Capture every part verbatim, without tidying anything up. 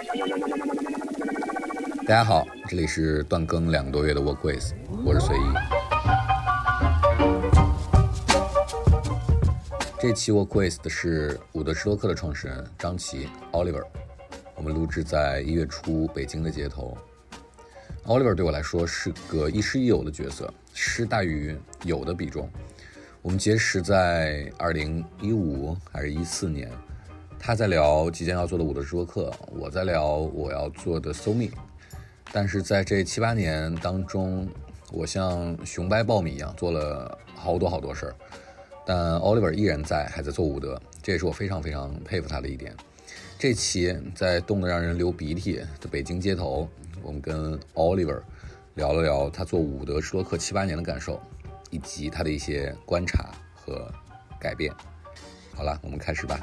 大家好，这里是断更两个多月的 Workways， 我是随意。这期 Workways 的是伍德施洛克的创始人张琪 Oliver， 我们录制在一月初北京的街头。Oliver 对我来说是个亦师亦友的角色，师大于友的比重。我们结识在二零一五还是一四年，他在聊即将要做的伍德施洛克，我在聊我要做的 SoMe。但是在这七八年当中，我像熊掰苞米一样做了好多好多事儿，但 Oliver 依然在，还在做伍德，这也是我非常非常佩服他的一点。这期在冻得让人流鼻涕的北京街头，我们跟 Oliver 聊了聊他做伍德施洛克七八年的感受，以及他的一些观察和改变。好了，我们开始吧。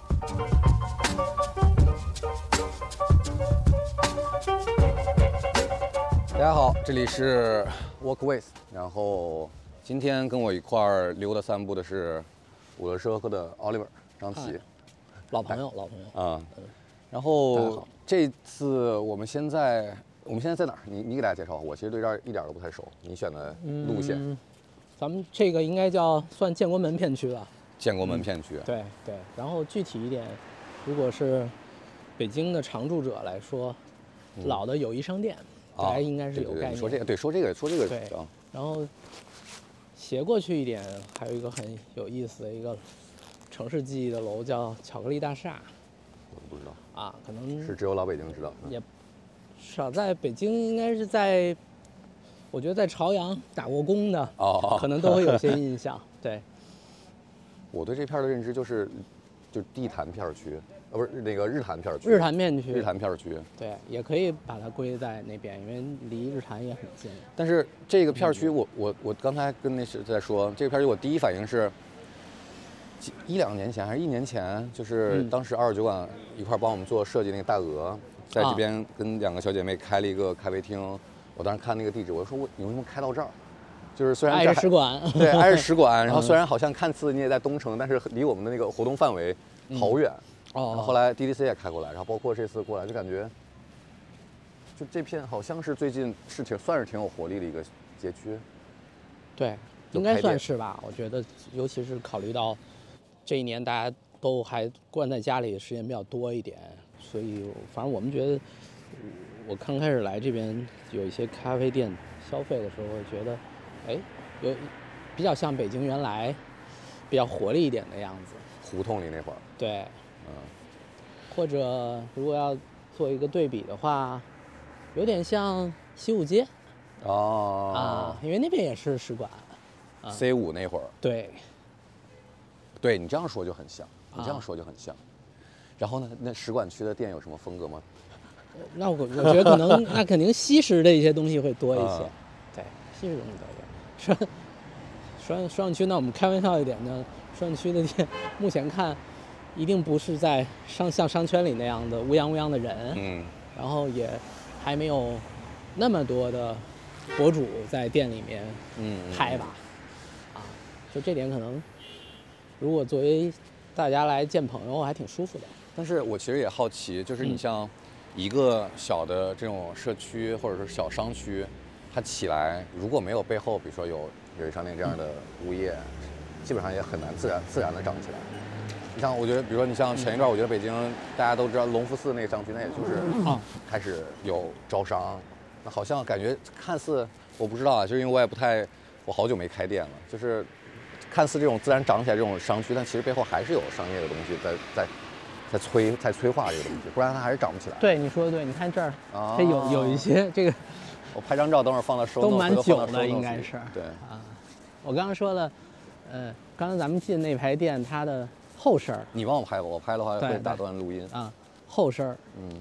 大家好，这里是 Workways， 然后今天跟我一块儿溜达散步的是伍德施洛克的 Oliver 张琪， 老朋友，老朋友啊、嗯。然后这次我们现在我们现在在哪儿？你你给大家介绍，我其实对这儿一点都不太熟。你选的路线， 嗯、咱们这个应该叫算建国门片区吧？ 建国门片区， 嗯、对对。然后具体一点，如果是北京的常住者来说，嗯、老的友谊商店。大家应该是有概念、啊。 说这个，对，说这个，说这个。 对。然后斜过去一点，还有一个很有意思的一个城市记忆的楼，叫巧克力大厦。 我不知道啊，可能是只有老北京知道。 也少在北京，应该是在，我觉得在朝阳打过工的， 哦， 可能都会有些印象。对。 我对这片的认知就是，就地坛片区。呃，不是那个日坛片区， 日坛片区， 日坛片区， 对，也可以把它归在那边，因为离日坛也很近。 但是这个片区我，我我我刚才跟那是在说，这个片区我第一反应是，一两年前还是一年前，就是当时二十九馆一块帮我们做设计那个大鹅，在这边跟两个小姐妹开了一个咖啡厅。啊、我当时看那个地址，我说我你为什么开到这儿？就是虽然挨着使馆， 对，挨着使馆，然后虽然好像看似你也在东城，但是离我们的那个活动范围好远。嗯哦， 然后后来 D D C 也开过来，然后包括这次过来，就感觉，就这片好像是最近是挺算是挺有活力的一个街区。 对，应该算是吧。我觉得，尤其是考虑到这一年大家都还关在家里的时间比较多一点，所以反正我们觉得，我刚开始来这边有一些咖啡店消费的时候，我觉得，哎，有比较像北京原来比较活力一点的样子。 胡同里那会儿。 对。嗯，或者如果要做一个对比的话，有点像西五街， 哦啊，因为那边也是使馆、 啊、，C 五那会儿， 对， 对你这样说就很像，你这样说就很像。啊、然后呢，那使馆区的店有什么风格吗？ 那我我觉得可能那肯定西式的一些东西会多一些，啊、对，西式东西多一点。说说上区，那我们开玩笑一点呢，说上区的店目前看。一定不是在商像商圈里那样的乌泱乌泱的人， 嗯， 然后也还没有那么多的博主在店里面拍吧，嗯、啊，就这点可能，如果作为大家来见朋友还挺舒服的。 但是我其实也好奇，就是你像一个小的这种社区或者是小商区，它起来如果没有背后比如说有友谊商店这样的物业，嗯、基本上也很难自然自然的长起来。你像我觉得，比如说你像前一段，我觉得北京大家都知道隆福寺那个商区，那也就是开始有招商，那好像感觉看似我不知道啊，就是因为我也不太，我好久没开店了，就是看似这种自然长起来这种商区，但其实背后还是有商业的东西在在在催在催化这个东西，不然它还是长不起来。 对，你说的对，你看这儿，啊、这有有一些这个， 我拍张照，等会儿放到收都蛮久的，应该是。 对啊，我刚刚说了，呃，刚才咱们进那排店，它的。后身你帮我拍吧，我拍的话会打断录音啊。后身嗯，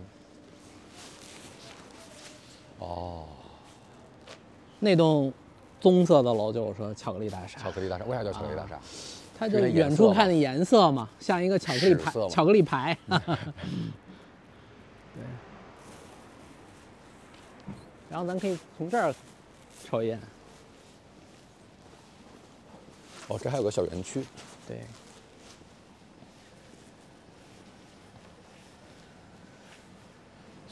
哦， 那栋棕色的楼就是我说巧克力大厦。 巧克力大厦为啥叫巧克力大厦？啊、 它就远处看的颜色嘛，像一个巧克力牌，巧克力牌。对。然后咱可以从这儿瞅一眼。 哦，这还有个小园区。 对。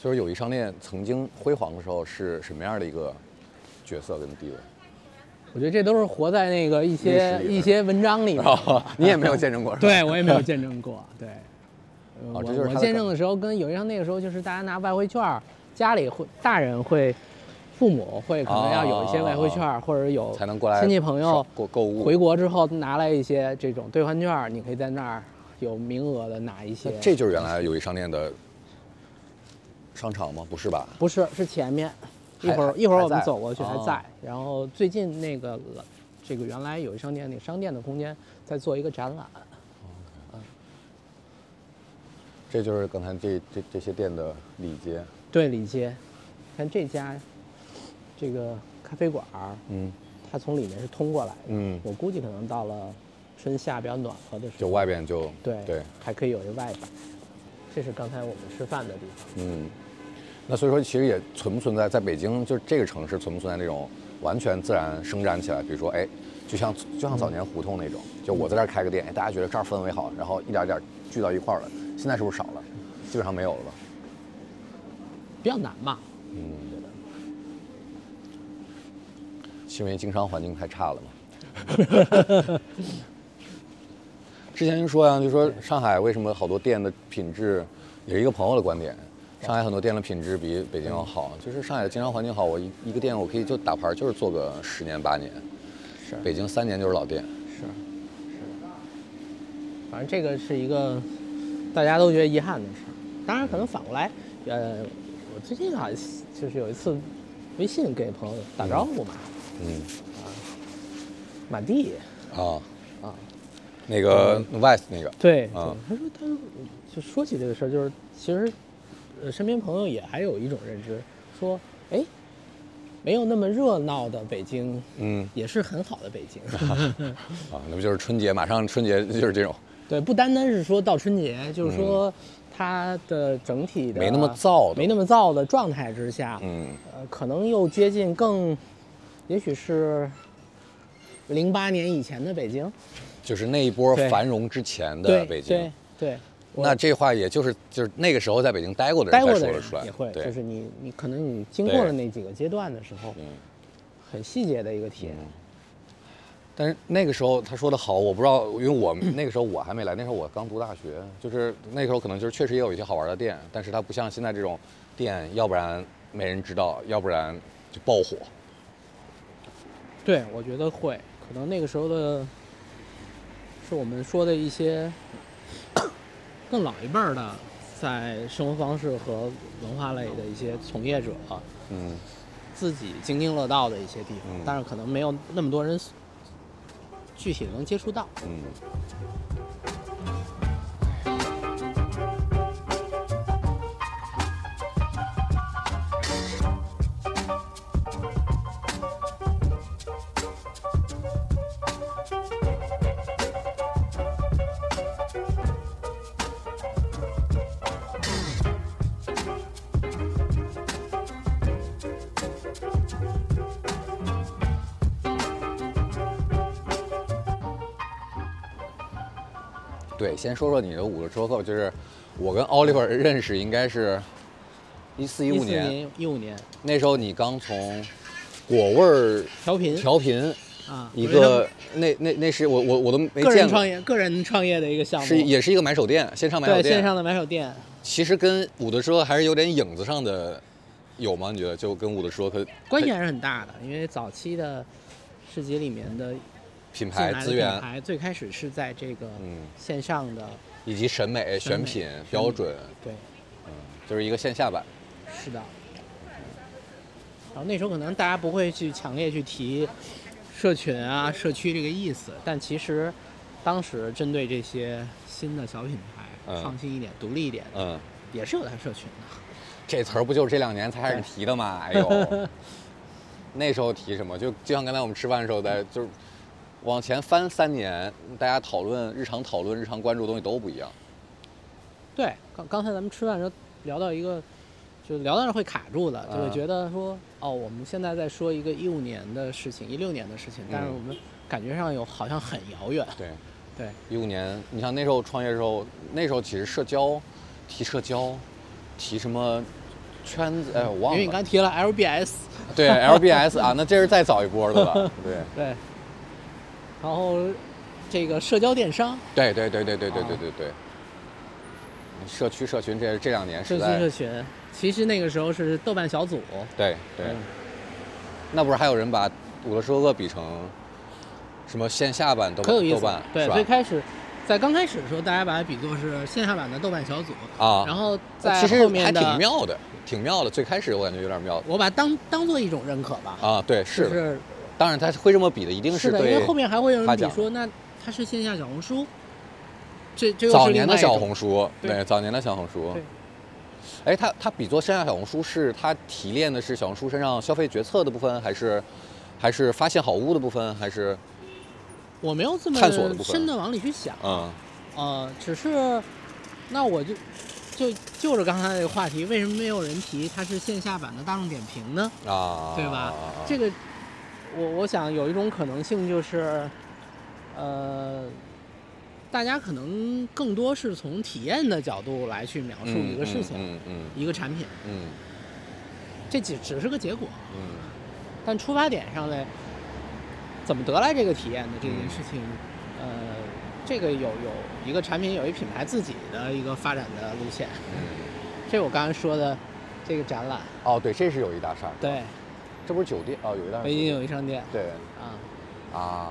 就是友谊商店曾经辉煌的时候是什么样的一个角色跟地位？ 我觉得这都是活在那个一些一些文章里面、 哦，你也没有见证过是吧？ 对，我也没有见证过。对， 哦、 我我见证的时候跟友谊商那个时候就是大家拿外汇券，家里会大人会。父母会可能要有一些外汇券，哦、或者有才能过来亲戚朋友过购物。 回国之后拿来一些这种兑换券，你可以在那儿有名额的拿一些。 这就是原来友谊商店的商场吗？不是吧？ 不是，是前面。一会儿一会儿我们走过去还在。哦、然后最近那个这个原来友谊商店那个商店的空间在做一个展览。 嗯，这就是刚才这这这些店的里街。 对，里街，看这家。这个咖啡馆， 嗯， 它从里面是通过来的， 嗯， 我估计可能到了春夏比较暖和的时候， 就外边就对对， 还可以有一外摆。这是刚才我们吃饭的地方。 嗯，那所以说其实也存不存在在北京，就是这个城市存不存在那种完全自然生长起来，比如说哎，就像就像早年胡同那种，嗯、就我在这儿开个店，哎，大家觉得这儿氛围好，然后一点点聚到一块儿了。现在是不是少了？基本上没有了吧？ 比较难吧？ 嗯。是因为经商环境太差了嘛？之前就说呀、啊，就说上海为什么好多店的品质，也是一个朋友的观点，上海很多店的品质比北京要好，就是上海的经商环境好，我一一个店我可以就打牌就是做个十年八年， 是北京三年就是老店， 是是，反正这个是一个大家都觉得遗憾的事，当然可能反过来，呃，我最近好像就是有一次微信给朋友打招呼嘛。 嗯啊，满地啊啊， 那个 Vice 那个对啊， 他说他就说起这个事儿，就是其实呃身边朋友也还有一种认知，说哎，没有那么热闹的北京， 嗯， 也是很好的北京啊，那不就是春节马上春节就是这种， 对，不单单是说到春节，就是说它的整体的没那么燥， 没那么燥的状态之下， 嗯， 呃，可能又接近更。也许是零八年以前的北京， 就是那一波繁荣之前的北京。 对对对。 那这话也就是就是那个时候在北京待过的人才说得出来， 也会，就是你你可能你经过了那几个阶段的时候，很细节的一个体验。 但是那个时候他说的好，我不知道，因为我那个时候我还没来，那时候我刚读大学，就是那个时候可能就是确实也有一些好玩的店，但是它不像现在这种店，要不然没人知道，要不然就爆火。 对，我觉得会，可能那个时候的，是我们说的一些更老一辈儿的，在生活方式和文化类的一些从业者， 嗯， 自己津津乐道的一些地方， 嗯、 但是可能没有那么多人具体能接触到。 嗯。对，先说说你的五个说课，就是我跟 Oliver 认识应该是一四一五年， 一五年那时候你刚从果味儿调频调频啊， 一个那那那是我我我都没见过个人创业个人创业的一个项目， 是也是一个买手店，线上买手店， 对线上的买手店， 其实跟伍德施洛克还是有点影子上的，有吗？你觉得就跟伍德施洛克关系还是很大的，因为早期的市集里面的。 品牌资源， 品牌最开始是在这个线上的， 嗯、以及审美、选品标准， 对， 嗯，就是一个线下版。 是的。然后那时候可能大家不会去强烈去提社群啊、社区这个意思，但其实当时针对这些新的小品牌， 嗯、 创新一点、独立一点， 嗯， 也是有它社群的。 这词儿不就是这两年才开始提的吗？哎呦，那时候提什么？就就像刚才我们吃饭的时候在就是。往前翻三年，大家讨论日常讨论日常关注的东西都不一样。 对，刚刚才咱们吃饭的时候聊到一个，就聊到那会卡住的，就会觉得说，哦，我们现在在说一个一五年的事情，一六年的事情，但是我们感觉上有好像很遥远。 对， 对， 一五年，你像那时候创业的时候，那时候其实社交，提社交，提什么圈子，哎，我忘了。 因为你刚提了 L B S。 对 ，L B S 啊，那这是再早一波的了。对对。然后，这个社交电商。 对对对对对对对对对。社区社群这这两年社区社群，其实那个时候是豆瓣小组。 对对。嗯、那不是还有人把五乐吃喝客比成什么线下版豆瓣？豆瓣对，最开始。在刚开始的时候，大家把它比作是线下版的豆瓣小组啊， 然后在后面的其实还挺妙的，挺妙的。最开始我感觉有点妙， 我把它当当做一种认可吧。 啊，对，是。 就是， 当然他会这么比的，一定是对。 因为后面还会有人比说，那它是线下小红书，这这早年的小红书， 对， 对早年的小红书。对。哎，他他比作线下小红书，是他提炼的是小红书身上消费决策的部分，还是还是发现好物的部分，还是？ 我没有这么深的往里去想， 嗯， 呃，只是，那我就就就着刚才那个话题，为什么没有人提它是线下版的大众点评呢？ 啊， 对吧？这个，我我想有一种可能性就是，呃，大家可能更多是从体验的角度来去描述一个事情， 嗯 嗯, 嗯, 嗯， 一个产品， 嗯， 这只只是个结果， 嗯， 但出发点上呢？怎么得来这个体验的这件事情， 嗯、 呃，这个有有一个产品有一品牌自己的一个发展的路线， 嗯， 这我刚才说的这个展览， 哦，对，这是友谊大厦， 对， 这不是酒店哦，友谊大厦， 北京友谊商店， 对， 啊， 啊，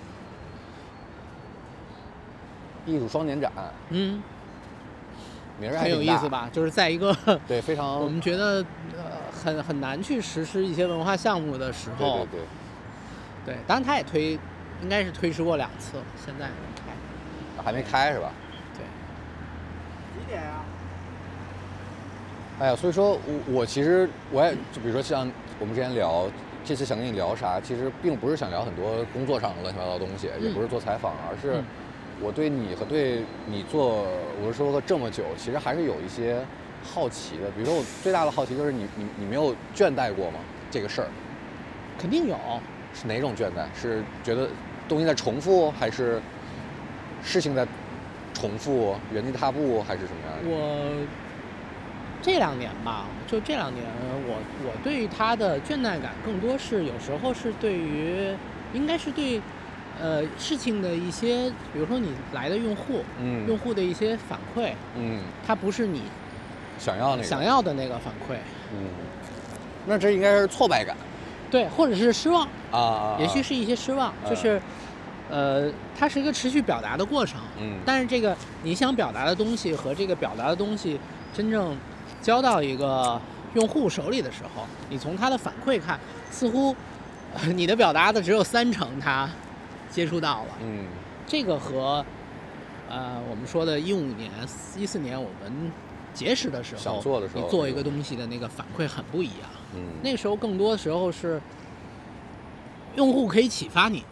艺术双年展， 嗯， 名儿很有意思吧？就是在一个对非常我们觉得呃很很难去实施一些文化项目的时候， 对对对。 对，当然他也推，应该是推迟过两次，现在没开， 还没开是吧？ 对。 几点啊？ 哎呀，所以说我我其实我也就比如说像我们之前聊，这次想跟你聊啥，其实并不是想聊很多工作上乱七八糟的东西， 嗯、 也不是做采访，而是我对你和对你做我是说这么久，其实还是有一些好奇的。比如说我最大的好奇就是你你你没有倦怠过吗？这个事儿？ 肯定有。 是哪种倦怠？是觉得东西在重复，还是事情在重复，原地踏步，还是什么样的？ 我这两年吧，就这两年，我我对它的倦怠感更多是有时候是对于，应该是对，呃，事情的一些，比如说你来的用户， 嗯， 用户的一些反馈， 嗯， 它不是你想要那个想要的那个反馈， 嗯，那这应该是挫败感。 对，或者是失望啊， 也许是一些失望， 啊、 就是，呃，它是一个持续表达的过程。 嗯， 但是这个你想表达的东西和这个表达的东西真正交到一个用户手里的时候，你从他的反馈看，似乎、呃、你的表达的只有三成他接触到了。 嗯， 这个和呃我们说的一五年、一四年我们结识的时候， 想做的时候， 你做一个东西的那个反馈很不一样。 嗯， 那个时候更多的时候是用户可以启发你，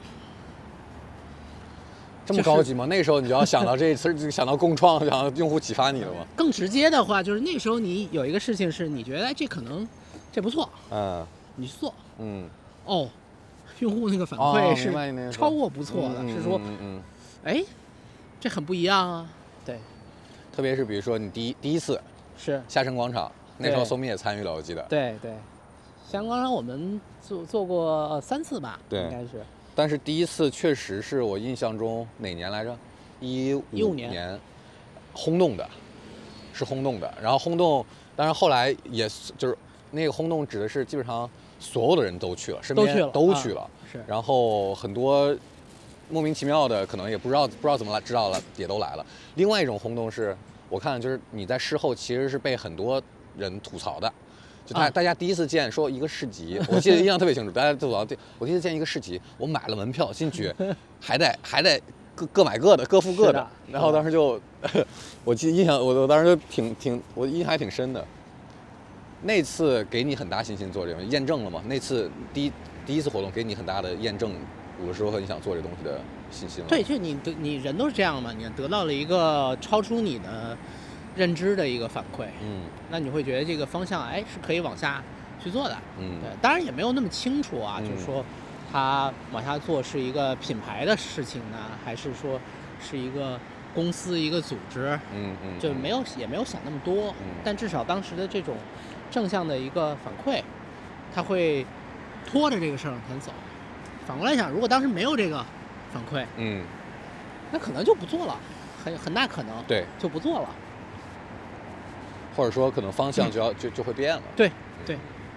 这么高级吗？就是、那时候你就要想到这次，想到共创，想到用户启发你了吗？ 更直接的话，就是那时候你有一个事情是你觉得哎这可能这不错， 嗯， 你去做， 嗯， 哦，用户那个反馈是超过不错的， 哦、 是说， 嗯嗯， 哎，这很不一样啊，对， 特别是比如说你第一第一次是下沉广场。那时候松明也参与了，我记得。 对对，下沉广场我们做做过三次吧， 对， 应该是。 但是第一次确实是我印象中哪年来着？一五年，轰动的，是轰动的。然后轰动，当然后来也就是那个轰动指的是基本上所有的人都去了，身边都去了， 都去了。 啊、是。 然后很多莫名其妙的，可能也不知道不知道怎么来知道了，也都来了。另外一种轰动是，我看就是你在事后其实是被很多人吐槽的，就大、啊、大家第一次见说一个市集，我记得印象特别清楚，大家吐槽，我第一次见一个市集，我买了门票进去，还得还得各各买各的，各付各的， 的然后当时就，我记得印象我我当时就挺挺我印象还挺深的。那次给你很大信心做这个，验证了嘛？那次第一第一次活动给你很大的验证，有时候和你想做这东西的信心了。 对，就你得你人都是这样嘛，你得到了一个超出你的认知的一个反馈， 嗯， 那你会觉得这个方向哎是可以往下去做的， 嗯， 对，当然也没有那么清楚啊， 嗯、 就是说它往下做是一个品牌的事情呢，还是说是一个公司一个组织， 嗯嗯， 就没有也没有想那么多， 嗯， 但至少当时的这种正向的一个反馈，他会拖着这个事儿往前走。反过来想，如果当时没有这个反馈， 嗯， 那可能就不做了，很很大可能对就不做了， 或者说可能方向就要、嗯、就就会变了。 对对。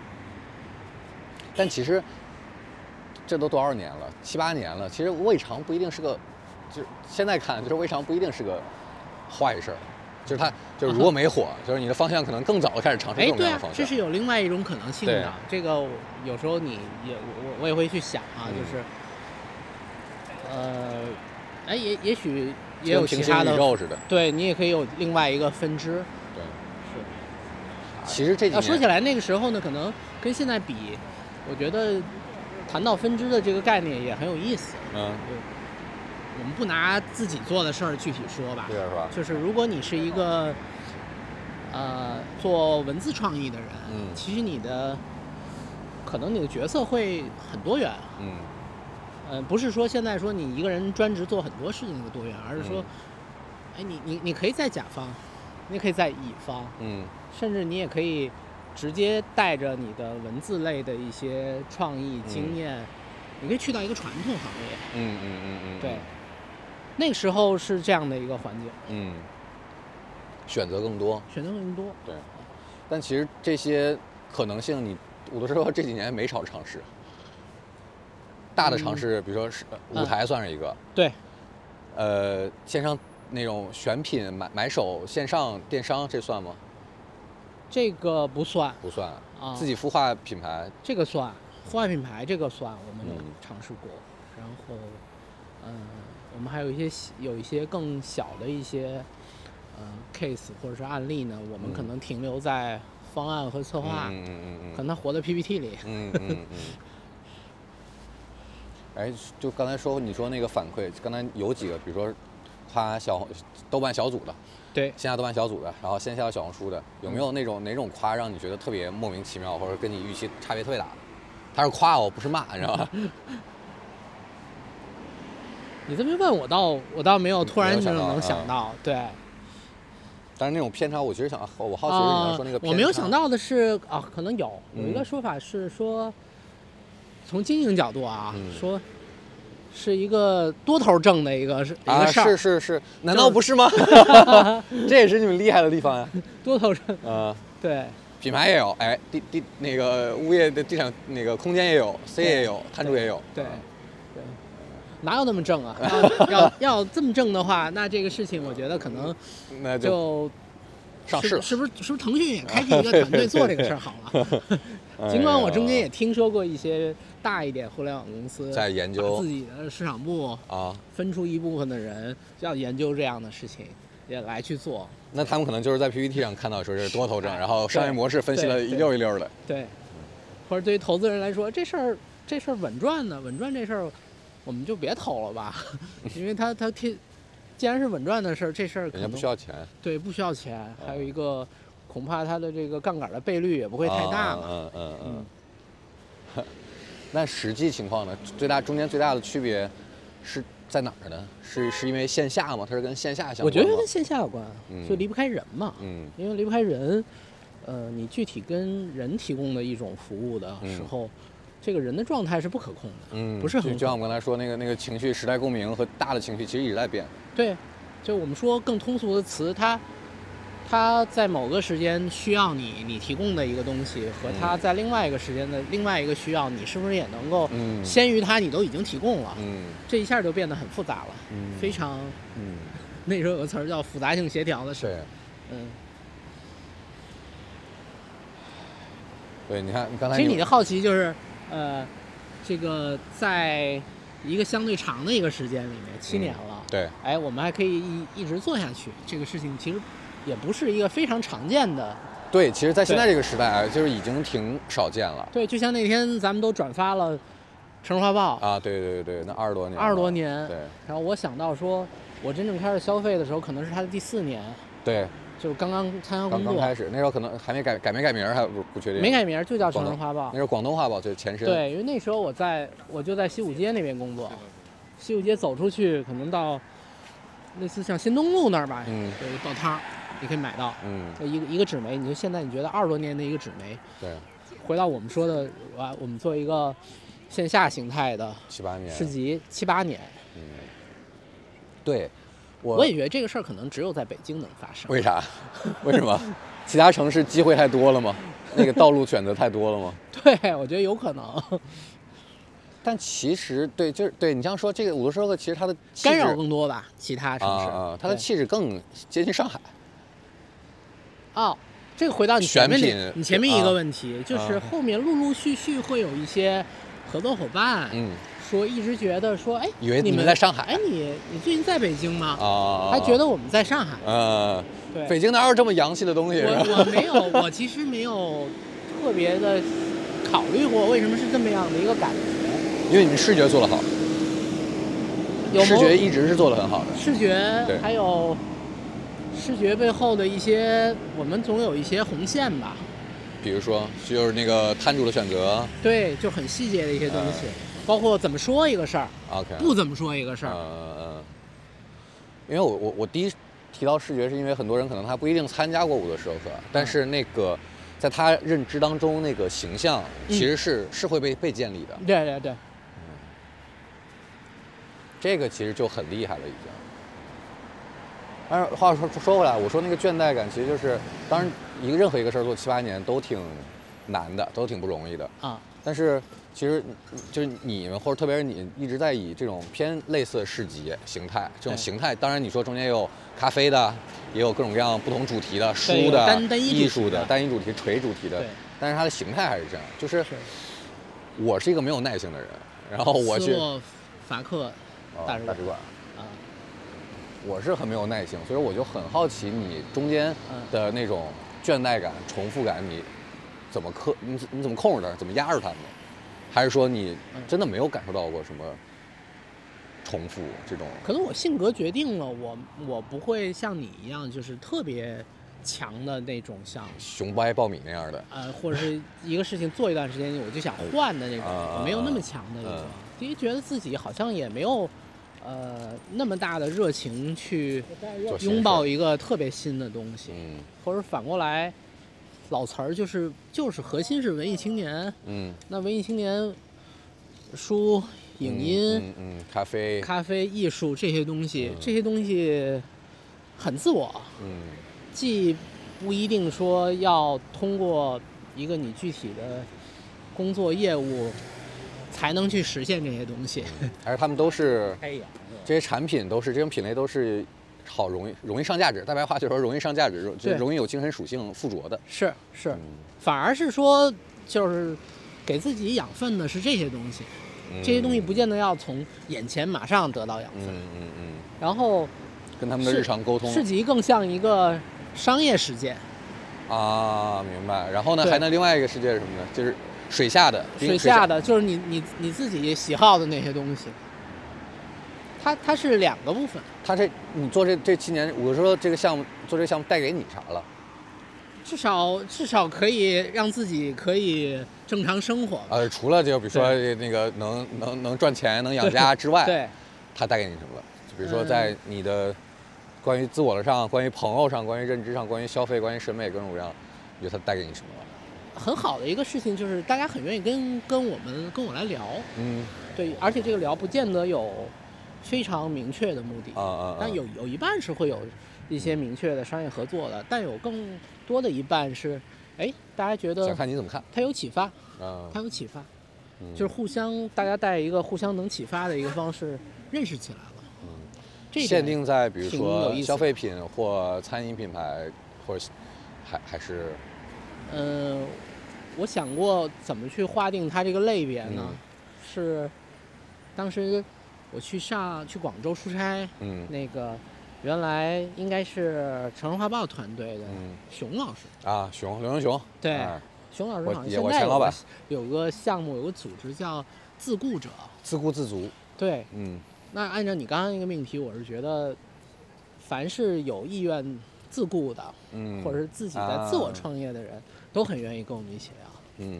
但其实这都多少年了，七八年了，其实未尝不一定是个，就是现在看就是未尝不一定是个坏事儿。就是它，就是如果没火，就是你的方向可能更早的开始尝试这种样的方向。 哎，对啊，这是有另外一种可能性的。这个有时候你也我我也会去想啊，嗯、就是，呃，哎，也也许也有其他的， 宇宙似的。 对你也可以有另外一个分支。 对， 是。 其实这几年说起来，那个时候呢，可能跟现在比，我觉得谈到分支的这个概念也很有意思。 嗯。 我们不拿自己做的事儿具体说吧， 对是吧？ 就是如果你是一个，呃，做文字创意的人， 嗯， 其实你的，可能你的角色会很多元， 嗯， 呃，不是说现在说你一个人专职做很多事情的多元，而是说， 嗯、 哎，你你你可以在甲方，你也可以在乙方， 嗯， 甚至你也可以直接带着你的文字类的一些创意经验，嗯、你可以去到一个传统行业， 嗯嗯嗯嗯， 对。那个时候是这样的一个环境， 嗯，选择更多， 选择更多， 对。但其实这些可能性，你我都说这几年没少尝试。大的尝试，嗯、比如说是舞台算是一个， 嗯、对。 呃，线上那种选品买买手线上电商，这算吗？ 这个不算， 不算啊。 自己孵化品牌， 这个算，孵化品牌这个算，我们有尝试过，嗯、然后，嗯。我们还有一些有一些更小的一些呃 case 或者是案例呢，我们可能停留在方案和策划， 嗯嗯嗯嗯， 可能它活在 P P T 里。 嗯嗯嗯。哎，就刚才说你说那个反馈，刚才有几个，比如说夸小豆瓣小组的， 对， 线下豆瓣小组的，然后线下小红书的，有没有那种、嗯、哪种夸让你觉得特别莫名其妙，或者跟你预期差别特别大的？他是夸我，不是骂，你知道吧？ 你这么问我倒我倒没有突然就能想到，嗯、对。 但是那种偏差，我其实想，我好奇是你要说那个偏差、 呃。我没有想到的是啊，可能有有一个说法是说，嗯、从经营角度啊，嗯、说是一个多头挣的一个是一个事儿、 啊。是是是，难道不是吗？这也是你们厉害的地方呀。 多头挣。 啊、呃， 对。 品牌也有，哎，地地那个物业的地产那个空间也有 ，C 也有，摊主也有。 对。哪有那么正啊？要要要这么正的话，那这个事情我觉得可能那就上市了， 是不是？是不是腾讯也开辟一个团队做这个事儿好了？尽管我中间也听说过一些大一点互联网公司在研究自己的市场部啊， 分出一部分的人要研究这样的事情，也来去做。 那他们可能就是在 P P T 上看到说是多头正，然后商业模式分析了一溜一溜的。 对，或者对于投资人来说，这事儿这事儿稳赚呢，稳赚这事儿。我们就别投了吧，因为他他贴，既然是稳赚的事儿，这事儿人家不需要钱， 对，不需要钱，嗯、还有一个，恐怕它的这个杠杆的倍率也不会太大嘛。 嗯嗯嗯。嗯那实际情况呢？最大中间最大的区别是在哪儿呢？是是因为线下吗？它是跟线下相关吗？ 我觉得跟线下有关， 嗯、 就离不开人嘛。 嗯。 因为离不开人，呃，你具体跟人提供的一种服务的时候。嗯这个人的状态是不可控的， 嗯， 不是很。 就像我们刚才说那个那个情绪时代共鸣和大的情绪其实一直在变。 对，就我们说更通俗的词，它它在某个时间需要你你提供的一个东西，和它在另外一个时间的另外一个需要，你是不是也能够先于它，你都已经提供了？ 嗯， 这一下就变得很复杂了， 嗯， 非常， 嗯， 那时候有个词儿叫复杂性协调的事。 对， 嗯。 对，你看，刚才其实你的好奇就是。呃，这个在一个相对长的一个时间里面，七年了， 嗯、对， 哎，我们还可以一一直做下去，这个事情其实也不是一个非常常见的。 对，其实，在现在这个时代，就是已经挺少见了。 对，就像那天咱们都转发了《城市画报》 啊，对对对，那二十多年， 二十多年， 对。 然后我想到说，我真正开始消费的时候，可能是它的第四年。 对。 就是刚刚参加工作， 刚刚开始，那时候可能还没改改没改名，还不不确定。 没改名就叫《城市画报》， 那是广东画报，就是前身。 对，因为那时候我在我就在西五街那边工作，西五街走出去可能到类似像新东路那儿吧， 嗯， 有一报摊， 你可以买到。 嗯， 一个一个纸媒，你就现在你觉得二十多年的一个纸媒， 对， 回到我们说的，啊，我们做一个线下形态的七八年市集，七八年。 嗯，对，我我也觉得这个事儿可能只有在北京能发生。 为啥？为什么？其他城市机会太多了吗？那个道路选择太多了吗？ 对，我觉得有可能。 但其实对，就是对你这样说，这个五德社克其实它的干扰更多吧，其他城市， 啊啊，它的气质更接近上海。 哦，这个回到你前面选品你前面一个问题， 啊、 就是后面陆陆续续会有一些合作伙伴， 嗯， 说一直觉得说，哎， 以为你们在上海， 哎，你你最近在北京吗？ 啊， 还觉得我们在上海， 嗯、呃， 对， 北京哪有这么洋气的东西？ 我我没有，我其实没有特别的考虑过为什么是这么样的一个感觉。 因为你们视觉做得好， 有视觉一直是做得很好的。 视觉还有视觉背后的一些，我们总有一些红线吧。 比如说，就是那个摊主的选择， 对，就很细节的一些东西，嗯、包括怎么说一个事儿 ，OK， 不怎么说一个事儿。 嗯嗯。因为我我我第一提到视觉，是因为很多人可能他不一定参加过五德社克，但是那个。在他认知当中，那个形象其实是、嗯、是会被被建立的。 对对对， 嗯，这个其实就很厉害了已经。但是话说说回来，我说那个倦怠感，其实就是当然一个任何一个事儿做七八年都挺难的，都挺不容易的啊。 但是其实就是你们或者特别是你一直在以这种偏类似的市集形态，这种形态，当然你说中间也有咖啡的。也有各种各样不同主题的书的、艺术的、单一主题、垂主题的，但是它的形态还是这样。就是我是一个没有耐性的人，然后我去斯洛伐克大使馆啊，我是很没有耐性，所以我就很好奇你中间的那种倦怠感、重复感，你怎么克？你你怎么控制它？怎么压着它呢？还是说你真的没有感受到过什么？重复这种， 可能我性格决定了我，我不会像你一样，就是特别强的那种，像熊掰苞米那样的， 呃，或者是一个事情做一段时间我就想换的那种， 啊、 我没有那么强的那种，因为觉得自己好像也没有，呃，那么大的热情去拥抱一个特别新的东西， 嗯， 或者反过来，老词儿就是就是核心是文艺青年， 嗯， 那文艺青年书。影音、 嗯嗯，咖啡、 咖啡、艺术这些东西，嗯、这些东西很自我， 嗯， 既不一定说要通过一个你具体的工作业务才能去实现这些东西， 嗯、还是他们都是这些产品都是这种品类都是好容易容易上价值，大白话就是说容易上价值，就容易有精神属性附着的， 是是、 嗯， 反而是说就是给自己养分的是这些东西。这些东西不见得要从眼前马上得到养分， 嗯嗯嗯。 然后跟他们的日常沟通， 市集更像一个商业事件。 啊，明白。然后呢，还能另外一个世界是什么呢？就是水下的， 水下的就是你你你自己喜好的那些东西。它它是两个部分。 它这你做这这七年，我说这个项目做这个项目带给你啥了？ 至少至少可以让自己可以正常生活。 呃，除了就比如说那个能能能赚钱能养家之外， 对， 它带给你什么了？就比如说在你的关于自我的上、关于朋友上、关于认知上、关于消费、关于审美各种各样，你觉得它带给你什么了？ 很好的一个事情就是大家很愿意跟跟我们跟我来聊， 嗯， 对，而且这个聊不见得有非常明确的目的， 啊啊啊， 但有有一半是会有一些明确的商业合作的，但有更多的一半是，哎，大家觉得想看你怎么看， 它有启发， 啊， 它有启发， 嗯、 就是互相大家带一个互相能启发的一个方式认识起来了， 嗯， 这限定在比如说消费品或餐饮品牌，或者还还是， 嗯、呃，我想过怎么去划定它这个类别呢？ 嗯、 是当时我去上去广州出差， 嗯， 那个原来应该是《城市画报》团队的熊老师、 嗯、啊，熊刘永雄， 对， 啊、 熊老师好像现在有个有个项目，有个组织叫自顾者， 自顾自足， 对， 嗯， 那按照你刚刚那个命题，我是觉得，凡是有意愿自顾的， 嗯， 或者是自己在自我创业的人，啊、都很愿意跟我们一起聊， 嗯。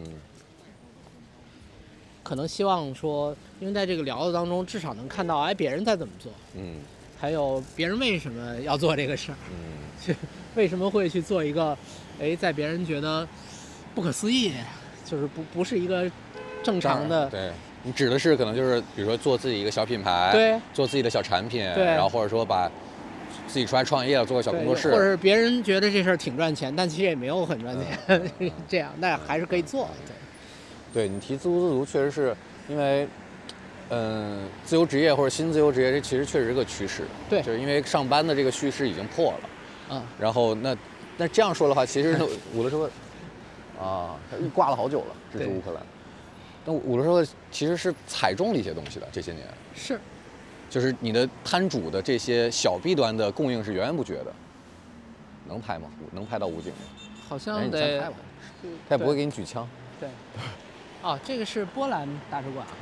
可能希望说，因为在这个聊的当中，至少能看到，哎，别人在怎么做， 嗯， 还有别人为什么要做这个事儿， 嗯。 为什么会去做一个，哎，在别人觉得不可思议，就是不不是一个正常的。 对，你指的是可能就是比如说做自己一个小品牌， 对， 做自己的小产品， 对， 然后或者说把自己出来创业了，做个小工作室， 或者别人觉得这事儿挺赚钱，但其实也没有很赚钱，嗯、这样那还是可以做。 对，对你提自给自足，确实是因为。嗯，自由职业或者新自由职业，这其实确实是个趋势。 对， 就是因为上班的这个叙事已经破了。 嗯。 然后那那这样说的话，其实五的社会啊，挂了好久了，支持乌克兰。那五的社会其实是踩中了一些东西的，这些年。 是。 就是你的摊主的这些小 B 端的供应是源源不绝的。能拍吗？能拍到武警吗？ 好像得。 拍吧。他也不会给你举枪。 对。哦，这个是波兰大使馆哈。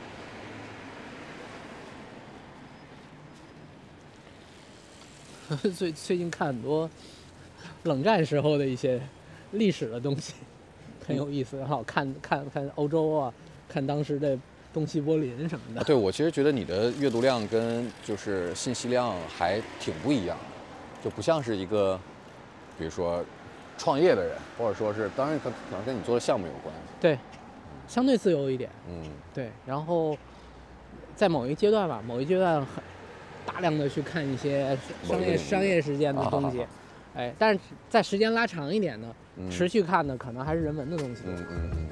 最最近看很多冷战时候的一些历史的东西，很有意思，然后看看看欧洲啊，看当时的东西柏林什么的。 对，我其实觉得你的阅读量跟就是信息量还挺不一样的，就不像是一个，比如说创业的人，或者说是，当然可可能跟你做的项目有关系。 对，相对自由一点。 嗯， 对，然后在某一阶段吧，某一阶段很。大量的去看一些商业商业事件的东西，哎，但是在时间拉长一点呢， 嗯、 持续看的可能还是人文的东西。 嗯嗯嗯。嗯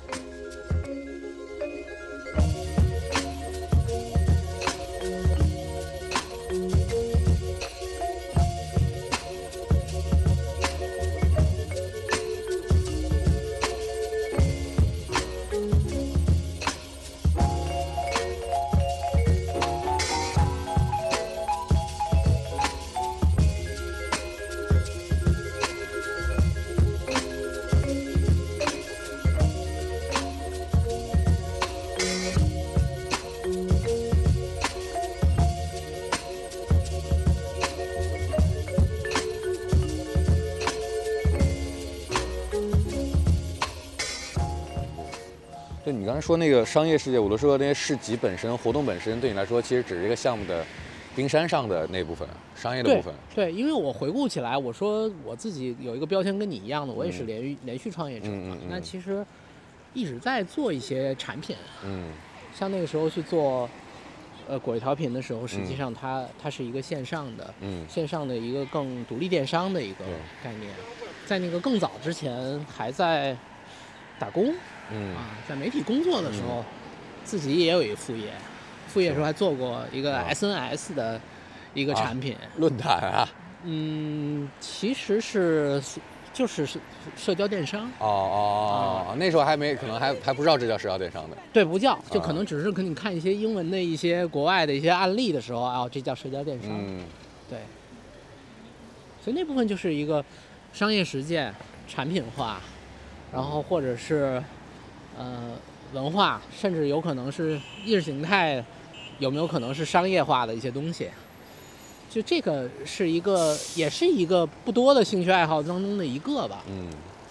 对你刚才说那个商业世界，五的社那些市集本身、活动本身，对你来说其实只是一个项目的冰山上的那部分，商业的部分。 对，对，因为我回顾起来，我说我自己有一个标签跟你一样的，我也是连续、嗯、连续创业者嘛。 嗯嗯嗯、 那其实一直在做一些产品。 嗯。 像那个时候去做呃果味调频的时候，实际上它、嗯、它是一个线上的， 嗯， 线上的一个更独立电商的一个概念。在那个更早之前，还在打工。 嗯啊，在媒体工作的时候，嗯、自己也有一个副业，副业的时候还做过一个 S N S 的一个产品。 啊、论坛啊？ 嗯，其实是就是社交电商。 哦哦哦，啊、那时候还没可能还还不知道这叫社交电商的。 对，不叫，就可能只是跟你看一些英文的一些国外的一些案例的时候啊，这叫社交电商。 嗯， 对。所以那部分就是一个商业实践、产品化，然后或者是。呃，文化，甚至有可能是意识形态，有没有可能是商业化的一些东西？就这个是一个，也是一个不多的兴趣爱好当中的一个吧。 嗯。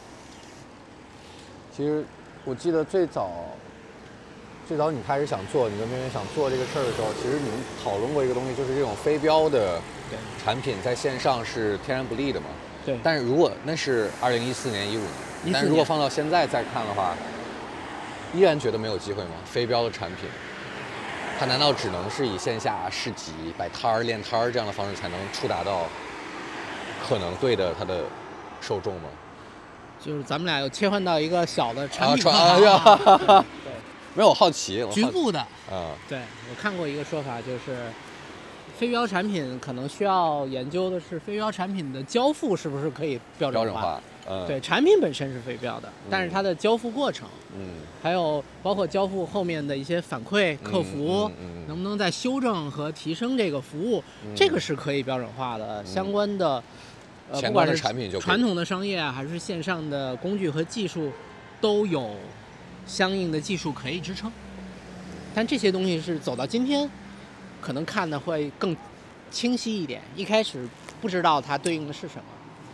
其实我记得最早，最早你开始想做，你跟别人想做这个事儿的时候，其实你们讨论过一个东西，就是这种非标的产品在线上是天然不利的嘛。 对。 但是如果那是二零一四年、一五年，但是如果放到现在再看的话。依然觉得没有机会吗？非标的产品，它难道只能是以线下市集、摆摊儿、练摊儿这样的方式才能触达到可能对的它的受众吗？ 就是咱们俩又切换到一个小的产品化、 啊啊、对，没有，我好奇，我好奇局部的， 嗯， 对，我看过一个说法，就是非标产品可能需要研究的是非标产品的交付是不是可以标准化。 标准化。嗯、 对，产品本身是非标的，但是它的交付过程， 嗯， 还有包括交付后面的一些反馈、客服， 嗯嗯嗯、 能不能再修正和提升这个服务，嗯、这个是可以标准化的。嗯、相关的，呃，不管是传统的商业啊，还是线上的工具和技术，都有相应的技术可以支撑。但这些东西是走到今天，可能看的会更清晰一点。一开始不知道它对应的是什么。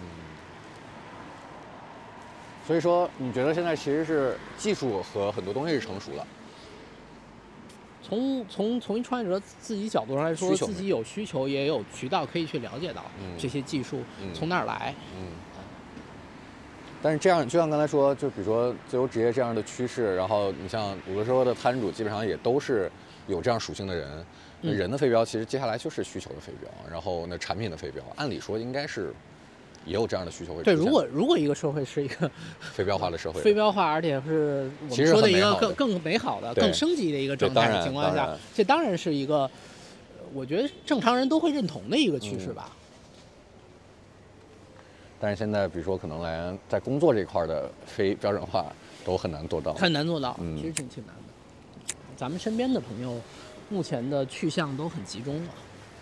所以说，你觉得现在其实是技术和很多东西是成熟了？ 从从从一创业者自己角度上来说，自己有需求，也有渠道可以去了解到这些技术、嗯、从哪儿来。 嗯。但是这样，就像刚才说，就比如说自由职业这样的趋势，然后你像五个说的摊主，基本上也都是有这样属性的人。那人的飞镖其实接下来就是需求的飞镖，然后那产品的飞镖，按理说应该是。也有这样的需求会。 对，如果如果一个社会是一个飞镖化的社会， 飞镖化，而且是我们说的一个更更美好的、更升级的一个状态的情况下，这当然是一个，我觉得正常人都会认同的一个趋势吧。 嗯、但是现在，比如说可能连在工作这块的非标准化都很难做到， 很难做到， 嗯、 其实挺挺难的。咱们身边的朋友，目前的去向都很集中了。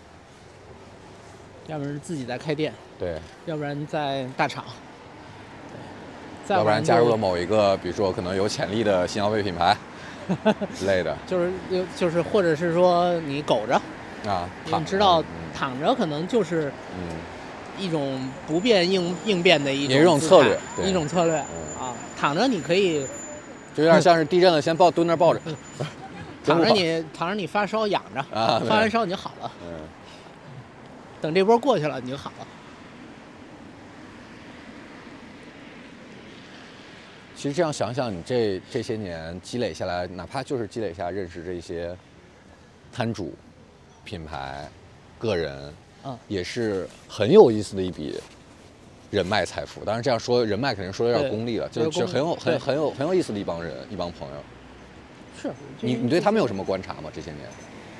要不然是自己在开店， 对； 要不然在大厂， 对；要不然加入了某一个，比如说可能有潜力的新消费品牌之类的。 就是就是，或者是说你苟着啊， 你知道、嗯、躺着可能就是嗯一种不变应应变的一种一种策略， 一种策略、嗯、啊。躺着你可以， 就有点像是地震了，先抱蹲那抱着。 躺着你躺着你发烧养着， 啊、 发完烧你就好了。 嗯。 等这波过去了，你就好了。 其实这样想想，你这这些年积累下来，哪怕就是积累下认识这些摊主、品牌、个人， 嗯， 也是很有意思的一笔人脉财富。当然这样说，人脉肯定说的有点功利了，就是很有很很有很有意思的一帮人，一帮朋友。 是你你对他们有什么观察吗？这些年？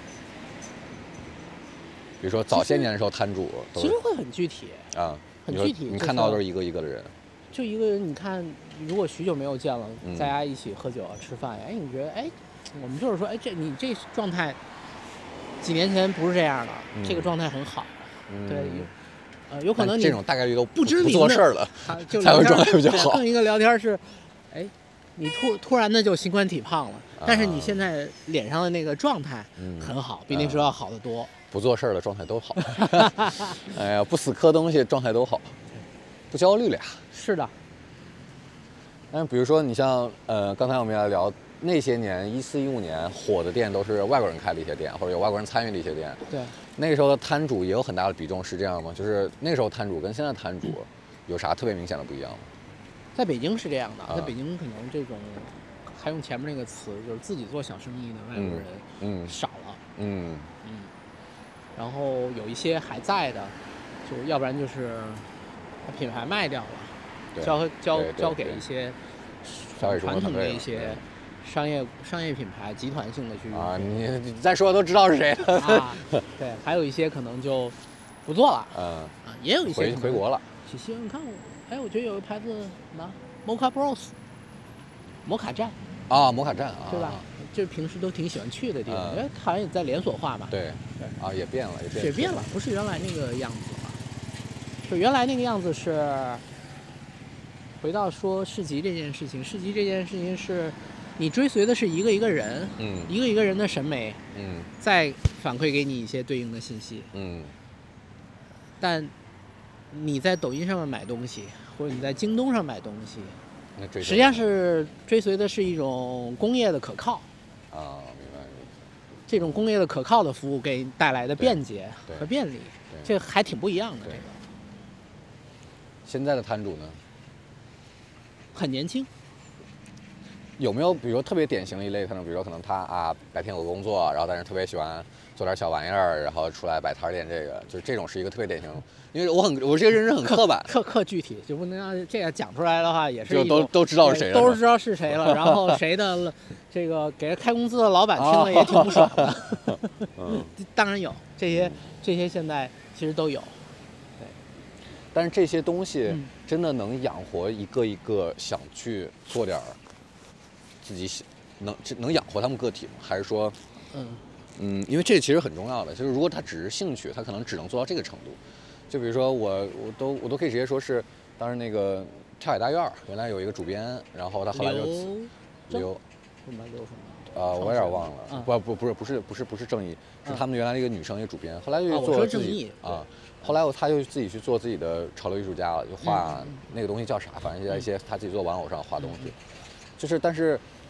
比如说早些年的时候，摊主其实会很具体啊， 很具体。 你看到的都是一个一个的人， 就一个人，你看，如果许久没有见了，大家一起喝酒啊、吃饭，哎，你觉得，哎，我们就是说，哎，这你这状态，几年前不是这样的，这个状态很好，对，呃，有可能你这种大概率都不知名做事儿了， 就才会状态比较好。 更一个聊天是，哎，你突突然的就心宽体胖了，但是你现在脸上的那个状态很好，比那时候要好得多。 不做事儿的状态都好，哎呀，不死磕东西状态都好，不焦虑了呀。 是的。 但是比如说你像呃，刚才我们要聊那些年一四一五年火的店，都是外国人开的一些店，或者有外国人参与的一些店。 对。 那个时候的摊主也有很大的比重，是这样吗？就是那时候摊主跟现在摊主有啥特别明显的不一样吗？ 在北京是这样的，啊、在北京可能这种还用前面那个词，就是自己做小生意的外国人， 嗯， 少了， 嗯嗯。然后有一些还在的，就要不然就是把品牌卖掉了，交交交给一些传统的一些商业商业品牌集团性的去啊，你你再说都知道是谁了啊。对，还有一些可能就不做了， 嗯啊，也有一些回回国了。 喜西，你看我，哎，我觉得有个牌子什么 Mocha Bros， 摩卡站啊，摩卡站啊， 对吧？就平时都挺喜欢去的地方，因为好像也在连锁化嘛。 对对啊，也变了，也变也变了，不是原来那个样子了。就原来那个样子是，回到说市集这件事情，市集这件事情是，你追随的是一个一个人， 嗯， 一个一个人的审美， 嗯， 再反馈给你一些对应的信息， 嗯。 但你在抖音上面买东西，或者你在京东上买东西，实际上是追随的是一种工业的可靠。 啊，明白。 这种工业的可靠的服务给你带来的便捷和便利，这还挺不一样的。这个现在的摊主呢， 很年轻。 有没有比如说特别典型的一类摊主，比如说可能他啊白天有工作，然后但是特别喜欢做点小玩意儿，然后出来摆摊练这个，就是这种是一个特别典型。因为我很我这个认知很刻板， 刻刻具体，就不能让这样讲出来的话，也是就都都知道是谁了， 都知道是谁了。然后谁的这个给开工资的老板听了也挺不爽的。 嗯， 当然有这些，这些现在其实都有。对， 但是这些东西真的能养活一个一个想去做点自己能能养活他们个体吗？还是说， 嗯嗯，因为这其实很重要的，就是如果他只是兴趣，他可能只能做到这个程度。就比如说我，我都我都可以直接说是，当时那个跳海大院原来有一个主编，然后他后来就刘什么刘什么， 呃，我有点忘了， 嗯、 不不不是不是不是不是正义，是他们原来的一个女生一个主编，后来就做自己、 哦、 啊，后来他就自己去做自己的潮流艺术家了，就画、 嗯、 那个东西叫啥，反正就在一些他自己做玩偶上画东西，嗯、就是但是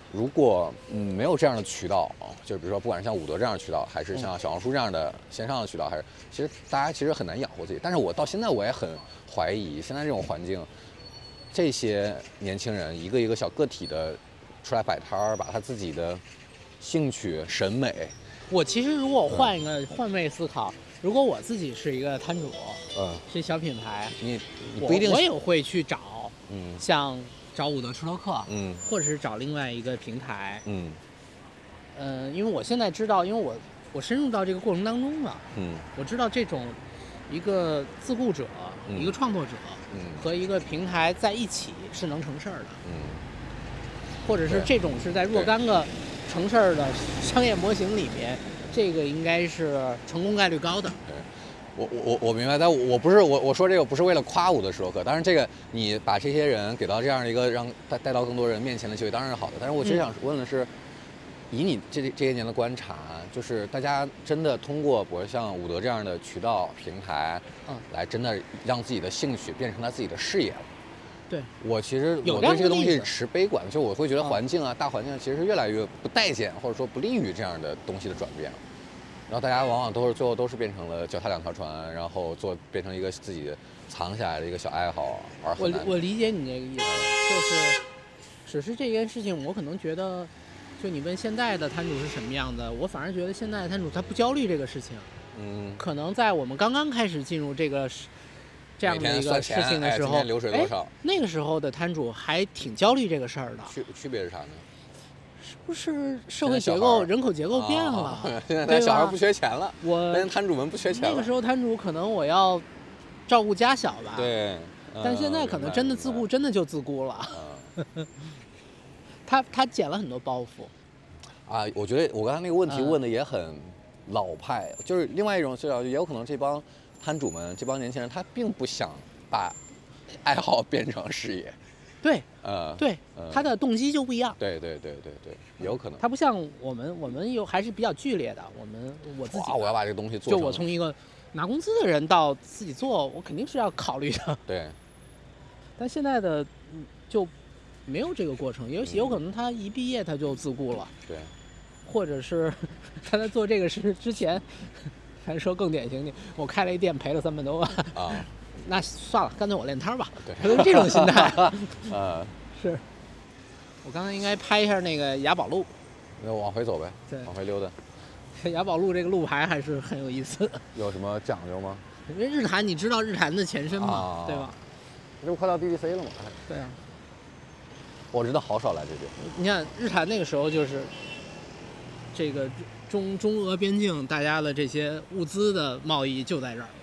如果嗯没有这样的渠道，就比如说不管是像伍德这样的渠道，还是像小红书这样的线上的渠道，还是其实大家其实很难养活自己。但是我到现在我也很怀疑，现在这种环境，这些年轻人一个一个小个体的出来摆摊儿，把他自己的兴趣、审美， 我其实如果我换一个、嗯、换位思考，如果我自己是一个摊主，嗯，是小品牌， 你你不一定我，我也会去找， 嗯， 像。找伍德吃头客， 嗯， 或者是找另外一个平台， 嗯， 呃，因为我现在知道，因为我我深入到这个过程当中了， 嗯， 我知道这种一个自雇者、嗯、一个创作者，嗯，和一个平台在一起是能成事儿的， 嗯， 或者是这种是在若干个成事儿的商业模型里面，这个应该是成功概率高的。 对。我我我明白，但我不是我我说这个不是为了夸伍德吃头客，当然这个你把这些人给到这样一个让带带到更多人面前的机会当然是好的，但是我其实想问的是，嗯、以你这这些年的观察，就是大家真的通过比如像伍德这样的渠道平台，嗯，来真的让自己的兴趣变成他自己的事业了。 对， 我其实我对这个东西持悲观，就我会觉得环境啊、嗯、大环境其实越来越不待见，或者说不利于这样的东西的转变。然后大家往往都是最后都是变成了脚踏两条船，然后做变成一个自己藏起来的一个小爱好而很难。 我我理解你这个意思，就是只是这件事情，我可能觉得，就你问现在的摊主是什么样的，我反而觉得现在的摊主他不焦虑这个事情。 嗯， 可能在我们刚刚开始进入这个这样的一个事情的时候， 哎、流水多少？ 那个时候的摊主还挺焦虑这个事儿的。 区区别是啥呢？ 是不是社会结构、人口结构变了？ 哦、现在小孩不缺钱了， 我但是摊主们不缺钱了。 那个时候摊主可能我要照顾家小吧， 对。 嗯、但现在可能真的自雇，真的就自雇了。嗯、他他减了很多包袱。 啊，我觉得我刚才那个问题问的也很老派，嗯、就是另外一种视角，也有可能这帮摊主们、这帮年轻人，他并不想把爱好变成事业。 对， 呃， 对，嗯、他的动机就不一样。 对对对对对，有可能。 他不像我们，我们有还是比较剧烈的。我们我自己， 我要把这个东西做。 就我从一个拿工资的人到自己做，我肯定是要考虑的。 对。 但现在的就没有这个过程，也有可能他一毕业他就自雇了。 对。 或者是他在做这个事之前，还说更典型的，我开了一店赔了三百多万啊。 那算了，干脆我练摊吧。 对， 他是这种心态。 呃， 是。我刚才应该拍一下那个雅宝路。 那往回走呗， 对， 往回溜达。 雅宝路这个路牌还是很有意思。 有什么讲究吗？ 因为日坛，你知道日坛的前身嘛， 啊、 对吧？ 这不快到 B B C 了吗？ 对啊。 我知道好少来这边。 你看日坛那个时候就是这个中中俄边境，大家的这些物资的贸易就在这儿。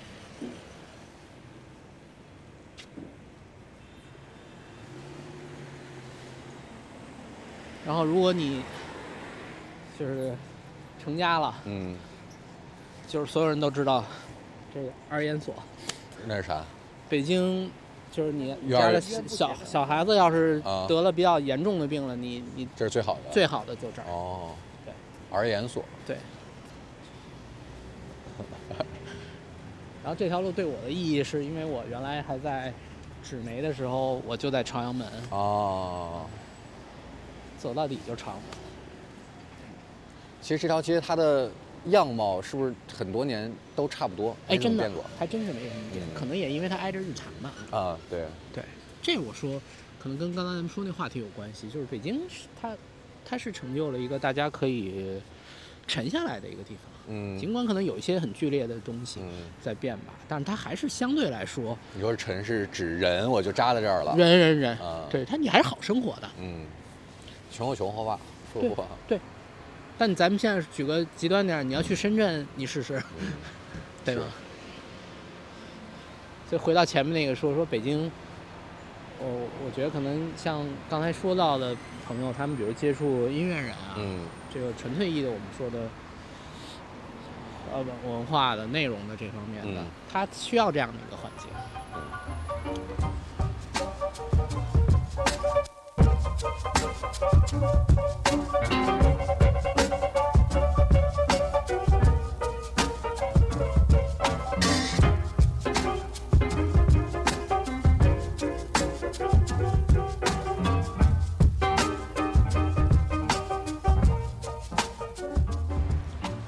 然后，如果你就是成家了， 嗯， 就是所有人都知道这个二研所， 那是啥？ 北京，就是你家的小小孩子要是得了比较严重的病了，你你这是最好的， 最好的就这儿。 哦， 对， 二研所， 对。然后这条路对我的意义是因为我原来还在纸媒的时候，我就在朝阳门。 哦。 走到底就长了。 其实这条街它的样貌是不是很多年都差不多？ 哎，真的变过， 还真是没什么变、嗯。可能也因为它挨着日坛嘛。 啊，对对，这我说可能跟刚才咱们说那话题有关系，就是北京它它是成就了一个大家可以沉下来的一个地方。 嗯， 尽管可能有一些很剧烈的东西在变吧，嗯、但是它还是相对来说。 你说沉是指人，我就扎在这儿了。 人人人， 啊、 对它你还是好生活的。 嗯。穷有穷活吧，说过。 对，但咱们现在举个极端点，你要去深圳，嗯、你试试，嗯、对吧？所以回到前面那个说说北京，我我觉得可能像刚才说到的朋友，他们比如接触音乐人啊， 嗯，这个纯粹意义的我们说的呃文化的内容的这方面的， 嗯、 他需要这样的一个环境。 嗯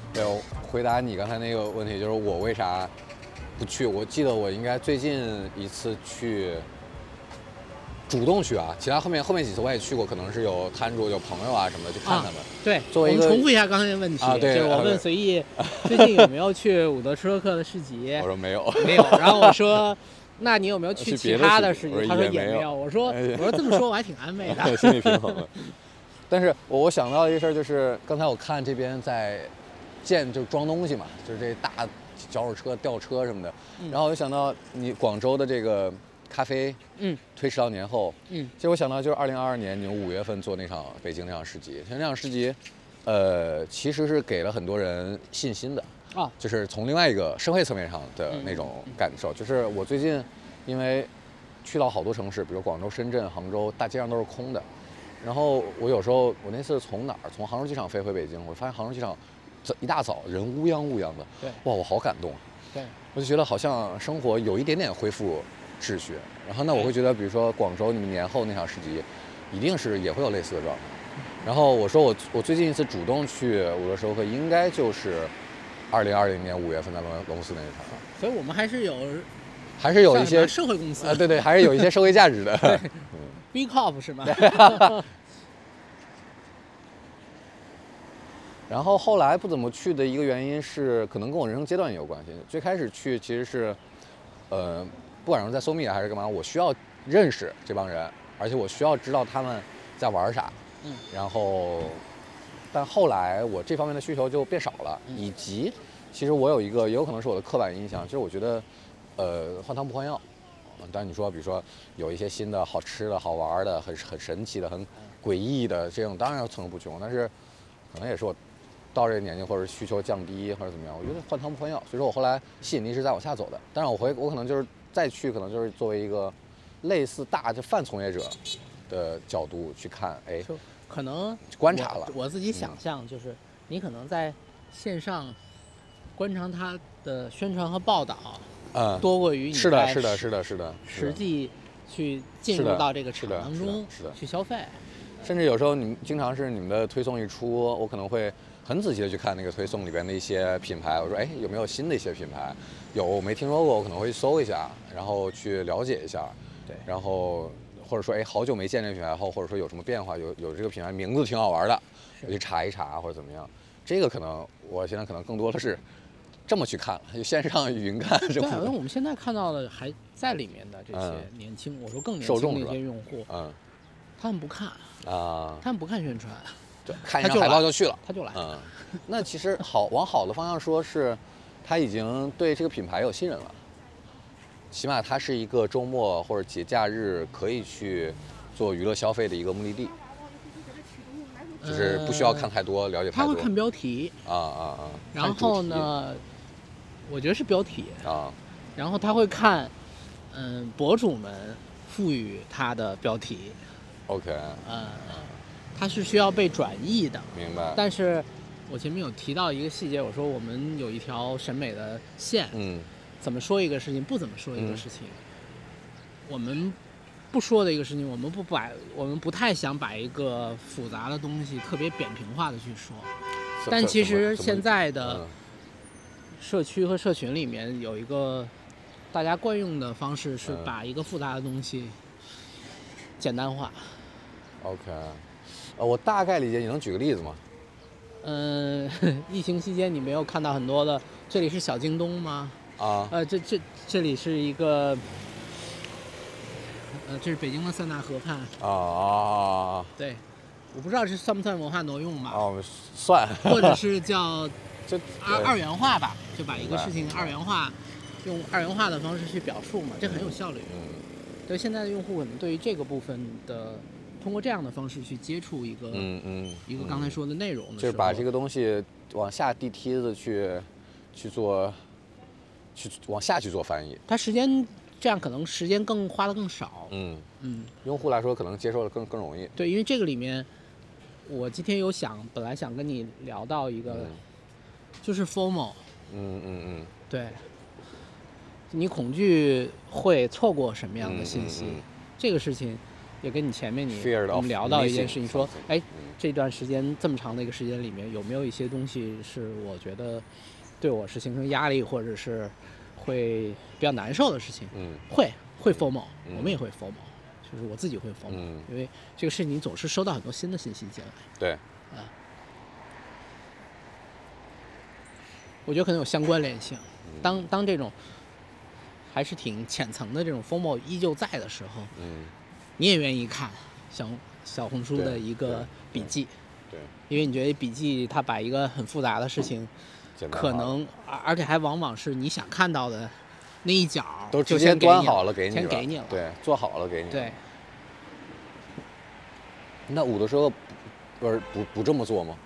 对，我回答你刚才那个问题，就是我为啥不去？我记得我应该最近一次去。主动去啊，其他后面后面几次我也去过，可能是有摊主、有朋友啊什么的去看他们。啊、 对， 作为一个我们重复一下刚才的问题， 啊、对， 就是我问随意最近有没有去伍德施洛克的市集？ 我说没有， 没有。然后我说，那你有没有去其他的市集？他说也没有。我说我说这么说我还挺安慰的， 心理平衡了。但是我我想到一个事儿，就是刚才我看这边在建就装东西嘛，就是这大脚手车、吊车什么的，嗯、然后我就想到你广州的这个。咖啡， 嗯， 推迟到年后， 嗯， 结果想到就是二零二二年你们五月份做那场北京那场市集，其实那场市集，呃，其实是给了很多人信心的啊， 就是从另外一个社会层面上的那种感受。嗯、就是我最近因为去到好多城市，比如广州、深圳、杭州，大街上都是空的，然后我有时候我那次从哪儿从杭州机场飞回北京，我发现杭州机场一大早人乌泱乌泱的， 对， 哇，我好感动啊， 对， 我就觉得好像生活有一点点恢复秩序，然后那我会觉得，比如说广州你们年后那场市集，一定是也会有类似的状态。然后我说我我最近一次主动去伍德施洛克，应该就是二零二零年五月份在龙龙寺那一场。 所以我们还是有， 还是有一些社会公司啊，对对，还是有一些社会价值的。 B Corp 是吗？ 然后后来不怎么去的一个原因是，可能跟我人生阶段也有关系。最开始去其实是。呃，不管是在搜密还是干嘛，我需要认识这帮人，而且我需要知道他们在玩啥。 嗯， 然后，但后来我这方面的需求就变少了， 嗯、 以及其实我有一个，也有可能是我的刻板印象，就是我觉得，呃，换汤不换药。但你说，比如说有一些新的好吃的好玩的、很很神奇的、很诡异的这种，当然层出不穷，但是可能也是我。到这个年纪，或者需求降低，或者怎么样，我觉得换汤不换药。所以说我后来吸引力是在往下走的。但是我回我可能就是再去，可能就是作为一个类似大就泛从业者的角度去看，哎， 就可能观察了。 我, 我自己想象就是，你可能在线上观察它的宣传和报道， 嗯， 多过于你是的，是的，是的，是的， 实际去进入到这个场当中是的去消费。 甚至有时候你们经常是你们的推送一出，我可能会。很仔细的去看那个推送里边的一些品牌，我说哎有没有新的一些品牌，有我没听说过，我可能会搜一下，然后去了解一下， 对， 然后或者说哎好久没见这个品牌后，或者说有什么变化，有有这个品牌名字挺好玩的，我去查一查或者怎么样，这个可能我现在可能更多的是这么去看，就线上云看这部分。 对，因为我们现在看到的还在里面的这些年轻，嗯、我说更年轻的一些用户， 嗯， 他们不看啊， 他们不看宣传。 看一张海报就去了， 他就来。 嗯，那其实好，往好的方向说是，他已经对这个品牌有信任了。起码它是一个周末或者节假日可以去做娱乐消费的一个目的地，就是不需要看太多，了解太多。 他会看标题啊啊啊！ 然后呢，我觉得是标题啊。 然后他会看，嗯，博主们赋予他的标题。 OK。 嗯。它是需要被转译的， 明白。 但是，我前面有提到一个细节，我说我们有一条审美的线， 嗯， 怎么说一个事情，不怎么说一个事情，嗯、我们不说的一个事情，我们不把，我们不太想把一个复杂的东西特别扁平化的去说，但其实现在的社区和社群里面有一个大家惯用的方式是把一个复杂的东西简单化。 OK。呃，我大概理解，你能举个例子吗？ 嗯，疫情期间你没有看到很多的，这里是小京东吗？ 啊。 呃，这这这里是一个，呃，这是北京的三大河畔。 啊啊。 对，我不知道这算不算文化挪用吧？ 哦，算。 或者是叫就二二元化吧，就把一个事情二元化，用二元化的方式去表述嘛，这很有效率。 嗯。 对现在的用户可能对于这个部分的。通过这样的方式去接触一个， 嗯嗯， 一个刚才说的内容的时候， 就是把这个东西往下递梯子去，去做，去往下去做翻译。 它时间这样可能时间更花的更少。 嗯嗯， 用户来说可能接受的更更容易。 对，因为这个里面，我今天有想，本来想跟你聊到一个， 嗯、 就是 F O M O。 嗯嗯嗯。 对。你恐惧会错过什么样的信息？ 嗯嗯嗯、 这个事情。 也跟你前面你 Fear of 我们聊到一件事情，说 missing 哎 something，嗯这段时间这么长的一个时间里面，有没有一些东西是我觉得对我是形成压力，或者是会比较难受的事情？ 嗯， 会会 FOMO，、 嗯我们也会 FOMO，就是我自己会 FOMO，、 嗯因为这个事情你总是收到很多新的信息进来。 对， 啊，我觉得可能有相关联性。当当这种还是挺浅层的这种 FOMO 依旧在的时候， 嗯， 你也愿意看小小红书的一个笔记， 对， 因为你觉得笔记它把一个很复杂的事情， 简单化可能而而且还往往是你想看到的那一角都直就接端先给你好了给你先给你了。 对，做好了给你。 对， 那舞的时候不是不不这么做吗？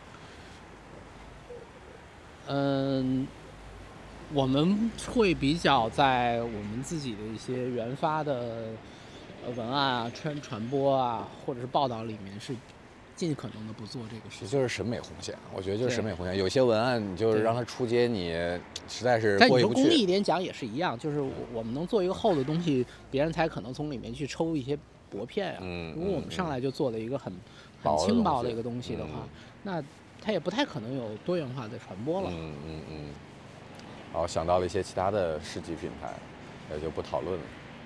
嗯，我们会比较在我们自己的一些原发的呃文案啊、传传播啊，或者是报道里面是尽可能的不做这个事情。 这就是审美红线，我觉得就是对审美红线。有些文案你就是让它出街，你实在是但你说过意不去。 功利一点讲也是一样，就是我我们能做一个厚的东西，别人才可能从里面去抽一些薄片啊。 嗯如果我们上来就做了一个很很薄的轻薄东西的一个东西的话， 嗯那它也不太可能有多元化的传播了。 嗯嗯嗯。然后想到了一些其他的市级品牌，也就不讨论了。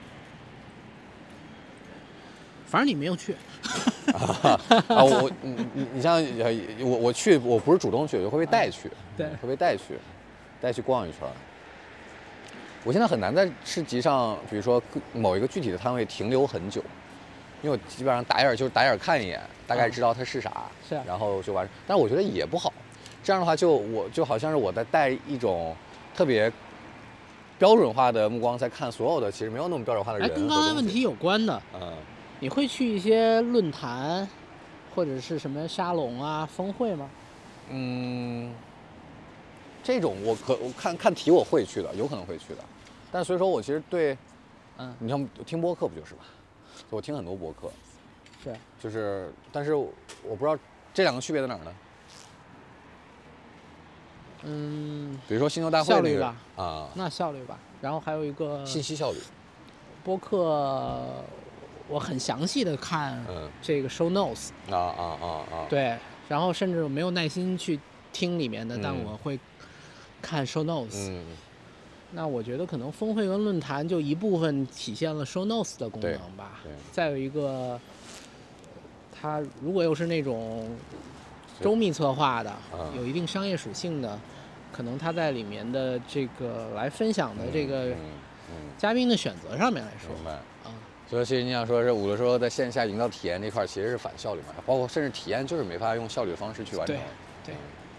反正你没有去。 啊，我你你你像呃我我去，我不是主动去，我会被带去， 对会被带去，带去逛一圈。我现在很难在市集上，比如说某一个具体的摊位停留很久，因为我基本上打眼就是打眼看一眼，大概知道它是啥， 是啊然后就完。但是我觉得也不好，这样的话就我就好像是我在带一种特别标准化的目光在看所有的其实没有那么标准化的人哎， 和东西。 跟刚才问题有关的， 嗯。 你会去一些论坛，或者是什么沙龙啊、峰会吗？ 嗯，这种我可我看看题我会去的，有可能会去的，但所以说我其实对， 嗯， 你像听播客不就是吧？我听很多播客， 是， 就是，但是我不知道这两个区别在哪儿呢？ 嗯， 比如说星球大会效那个率吧， 啊， 那效率吧。然后还有一个信息效率， 播客，我很详细的看嗯这个 show notes，、 啊啊啊啊， 对，然后甚至我没有耐心去听里面的， 嗯但我会看 show notes。 嗯， 那我觉得可能峰会跟论坛就一部分体现了 show notes 的功能吧。 对对再有一个，它如果又是那种周密策划的， 嗯有一定商业属性的，可能它在里面的这个来分享的这个嗯嗯， 嘉宾的选择上面来说， 明白。 啊， 所以其实你想说是五的时候在线下营造体验这块其实是反效率嘛，包括甚至体验就是没法用效率的方式去完成。 对对。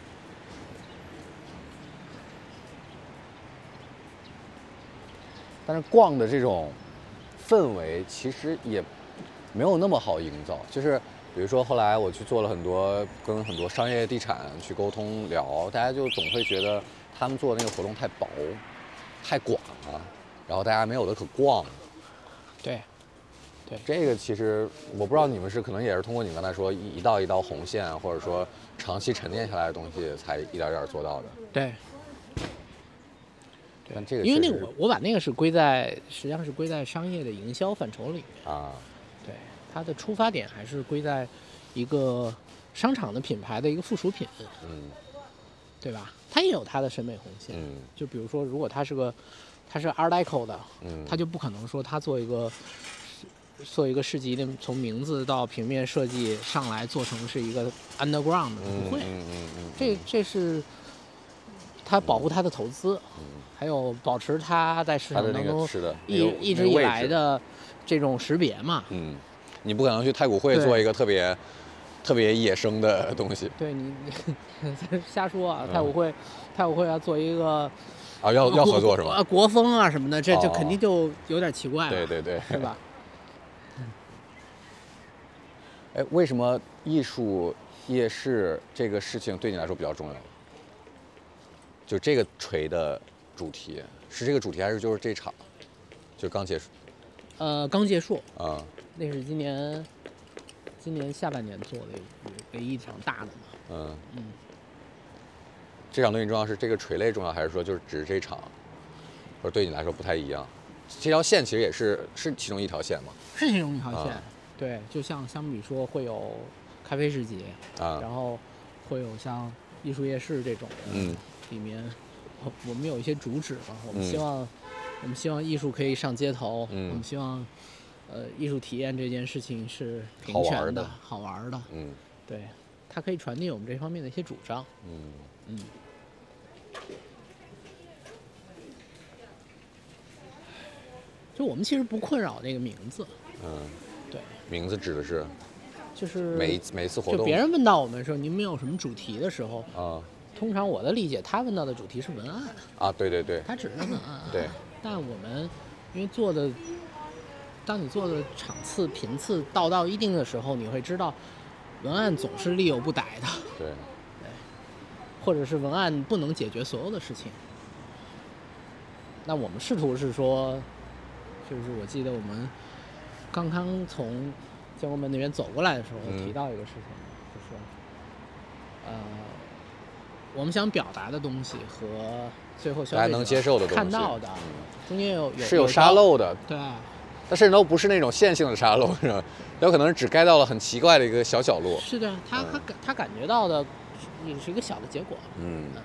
但是逛的这种氛围其实也没有那么好营造，就是比如说后来我去做了很多跟很多商业地产去沟通聊，大家就总会觉得他们做的那个活动太薄、太广了，然后大家没有的可逛。 对，对， 这个其实我不知道你们是可能也是通过你刚才说一一道一道红线，或者说长期沉淀下来的东西，才一点点做到的。 对。 但这个因为那确实个我我把那个是归在实际上是归在商业的营销范畴里面， 啊， 对，它的出发点还是归在一个商场的品牌的一个附属品， 嗯对吧？它也有它的审美红线， 嗯就比如说如果它是个它是 Art Deco 的， 嗯， 它就不可能说它做一个做一个市集的从名字到平面设计上来做成是一个 underground 的，不会， 嗯嗯嗯嗯， 这这是它保护它的投资。 嗯还有保持它在市它的那场当中个是的， 一那个一直以那个位置来的这种识别嘛。 嗯，你不可能去太古汇对做一个特别特别野生的东西对你，你瞎说啊！ 嗯太古汇，太古汇要做一个啊，要要合作是啊吧？ 国风啊什么的，这就哦肯定就有点奇怪了， 对对对， 是吧？ 哎，为什么艺术夜市这个事情对你来说比较重要？就这个锤的主题是这个主题，还是就是这场，就刚结束呃，刚结束， 啊？ 那是今年今年下半年做的唯一一场大的嘛。 嗯嗯， 这场对你重要是这个锤类重要，还是说就是只是这场，或者对你来说不太一样？这条线其实也是是其中一条线嘛？ 是其中一条线， 啊对，就像相比说会有咖啡市集啊， 然后会有像艺术夜市这种的， 嗯， 里面我们有一些主旨嘛，我们希望、嗯、我们希望艺术可以上街头， 嗯， 我们希望呃艺术体验这件事情是平权的、好玩的， 嗯， 对，它可以传递我们这方面的一些主张， 嗯嗯。就我们其实不困扰那个名字， 嗯， 对， 名字指的是， 就是每一每一次活动， 就别人问到我们说您们有什么主题的时候， 啊， 通常我的理解，他问到的主题是文案， 啊，对对对， 他指的文案， 对， 但我们因为做的，当你做的场次频次到到一定的时候，你会知道，文案总是力有不逮的， 对，对， 或者是文案不能解决所有的事情。那我们试图是说。就是我记得我们刚刚从建国门那边走过来的时候， 嗯、 提到一个事情，就是呃，我们想表达的东西和最后消费者能接受的东西看到的，嗯、中间有有是有沙漏的， 对， 它甚至都不是那种线性的沙漏，是吧？有可能是只该到了很奇怪的一个小角落。 是的，他、嗯、他感他感觉到的也是一个小的结果。 嗯。嗯，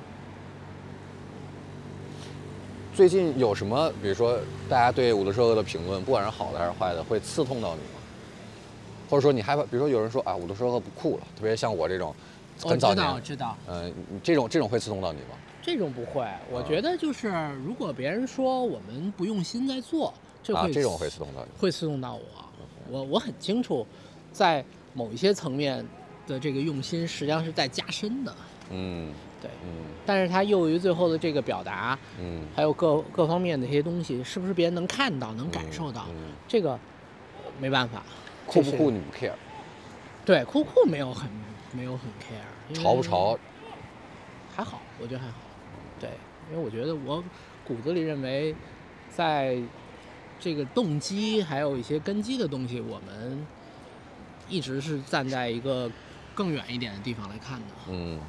最近有什么，比如说大家对伍德社恶的评论，不管是好的还是坏的，会刺痛到你吗？或者说你害怕，比如说有人说啊，伍德社恶不酷了，特别像我这种很早年， 我知道，知道， 嗯、呃，这种这种会刺痛到你吗？ 这种不会，我觉得就是如果别人说我们不用心在做，这会、 啊、这种会刺痛到你， 会刺痛到我。我我很清楚，在某一些层面的这个用心，实际上是在加深的。嗯。对，嗯，但是它由于最后的这个表达，嗯，还有各各方面的一些东西，是不是别人能看到、能感受到？嗯，这个、呃、没办法。 酷不酷你不 care？ 对，酷酷没有很没有很 care。 潮不潮？ 还好，我觉得还好。对，因为我觉得我骨子里认为，在这个动机还有一些根基的东西，我们一直是站在一个更远一点的地方来看的。 嗯。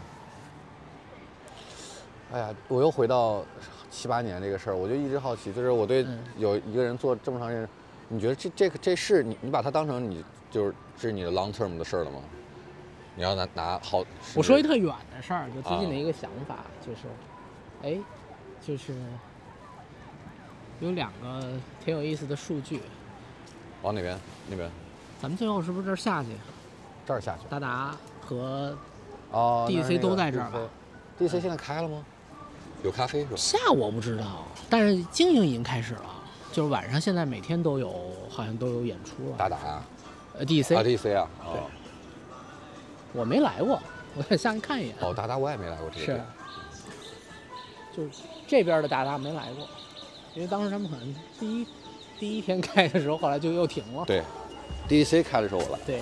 哎呀，我又回到七八年这个事儿，我就一直好奇，就是我对有一个人做这么长时间，你觉得这这个这是你你把它当成你就是这是你的 long term 的事儿了吗？你要拿拿好， 我说一特远的事儿，就最近的一个想法，啊、就是，哎，就是有两个挺有意思的数据。 往哪边？那边？ 咱们最后是不是这儿下去？ 这儿下去。 达达和哦 D C 都在这儿吧 ？D C 现在开了吗？有咖啡是吧？ 下午我不知道，但是经营已经开始了，就是晚上现在每天都有，好像都有演出了。 达达啊？ 呃 ，D C 啊 ，D C 啊， 对。哦、我没来过，我想下去看一眼。 哦，达达我也没来过这个。 是。就是这边的达达没来过，因为当时他们可能第一第一天开的时候，后来就又停了。 对 ，D C 开的时候我来。 对。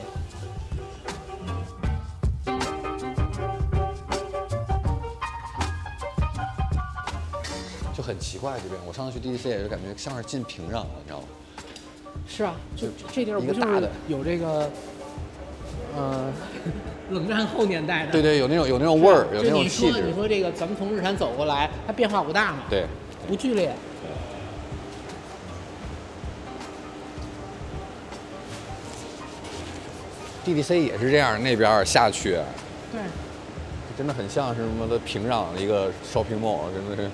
就很奇怪这边，我上次去 D C 也是感觉像是进平壤了，你知道吗？ 是啊，就这地儿不就是有这个，呃，冷战后年代的。 对对，有那种有那种味儿，有那种气质。 你说你说这个，咱们从日产走过来，它变化不大嘛？ 对， 不剧烈。 D D C 也是这样，那边下去。 对。 真的很像是什么的平壤的一个 shopping mall， 真的是。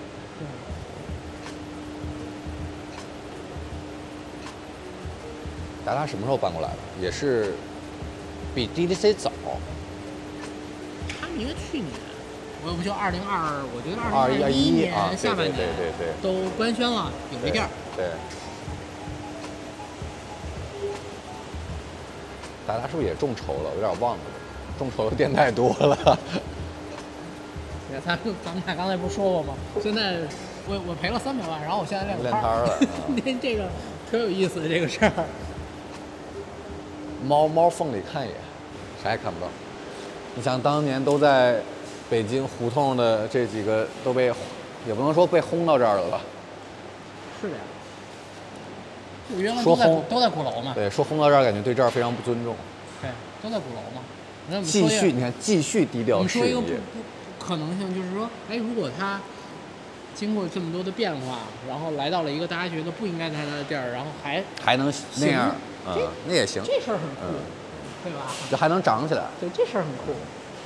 达达什么时候搬过来的？也是比 D D C 早。 他们应该去年，我也不就二零二，我觉得二零二一年下半年，对对对， 都官宣了有这店儿。 对。达达是不是也众筹了？有点忘了，众筹的店太多了。 咱咱们俩刚才不是说过吗？现在我我赔了三百万，然后我现在练练摊儿了。 练这个可有意思的这个事儿。 猫猫缝里看一眼，啥也看不到。你想当年都在北京胡同的这几个都被，也不能说被轰到这儿了吧？ 是的呀。原来都在都在鼓楼嘛。 对，说轰到这儿，感觉对这儿非常不尊重。 对，都在鼓楼嘛。那继续，你看，继续低调事业。 你说一个不不可能性，就是说，哎，如果他经过这么多的变化，然后来到了一个大家觉得不应该在他的地儿，然后还还能那样， 嗯，那也行， 这事儿很酷， 嗯、 对吧？ 这还能长起来。 对，这事儿很酷。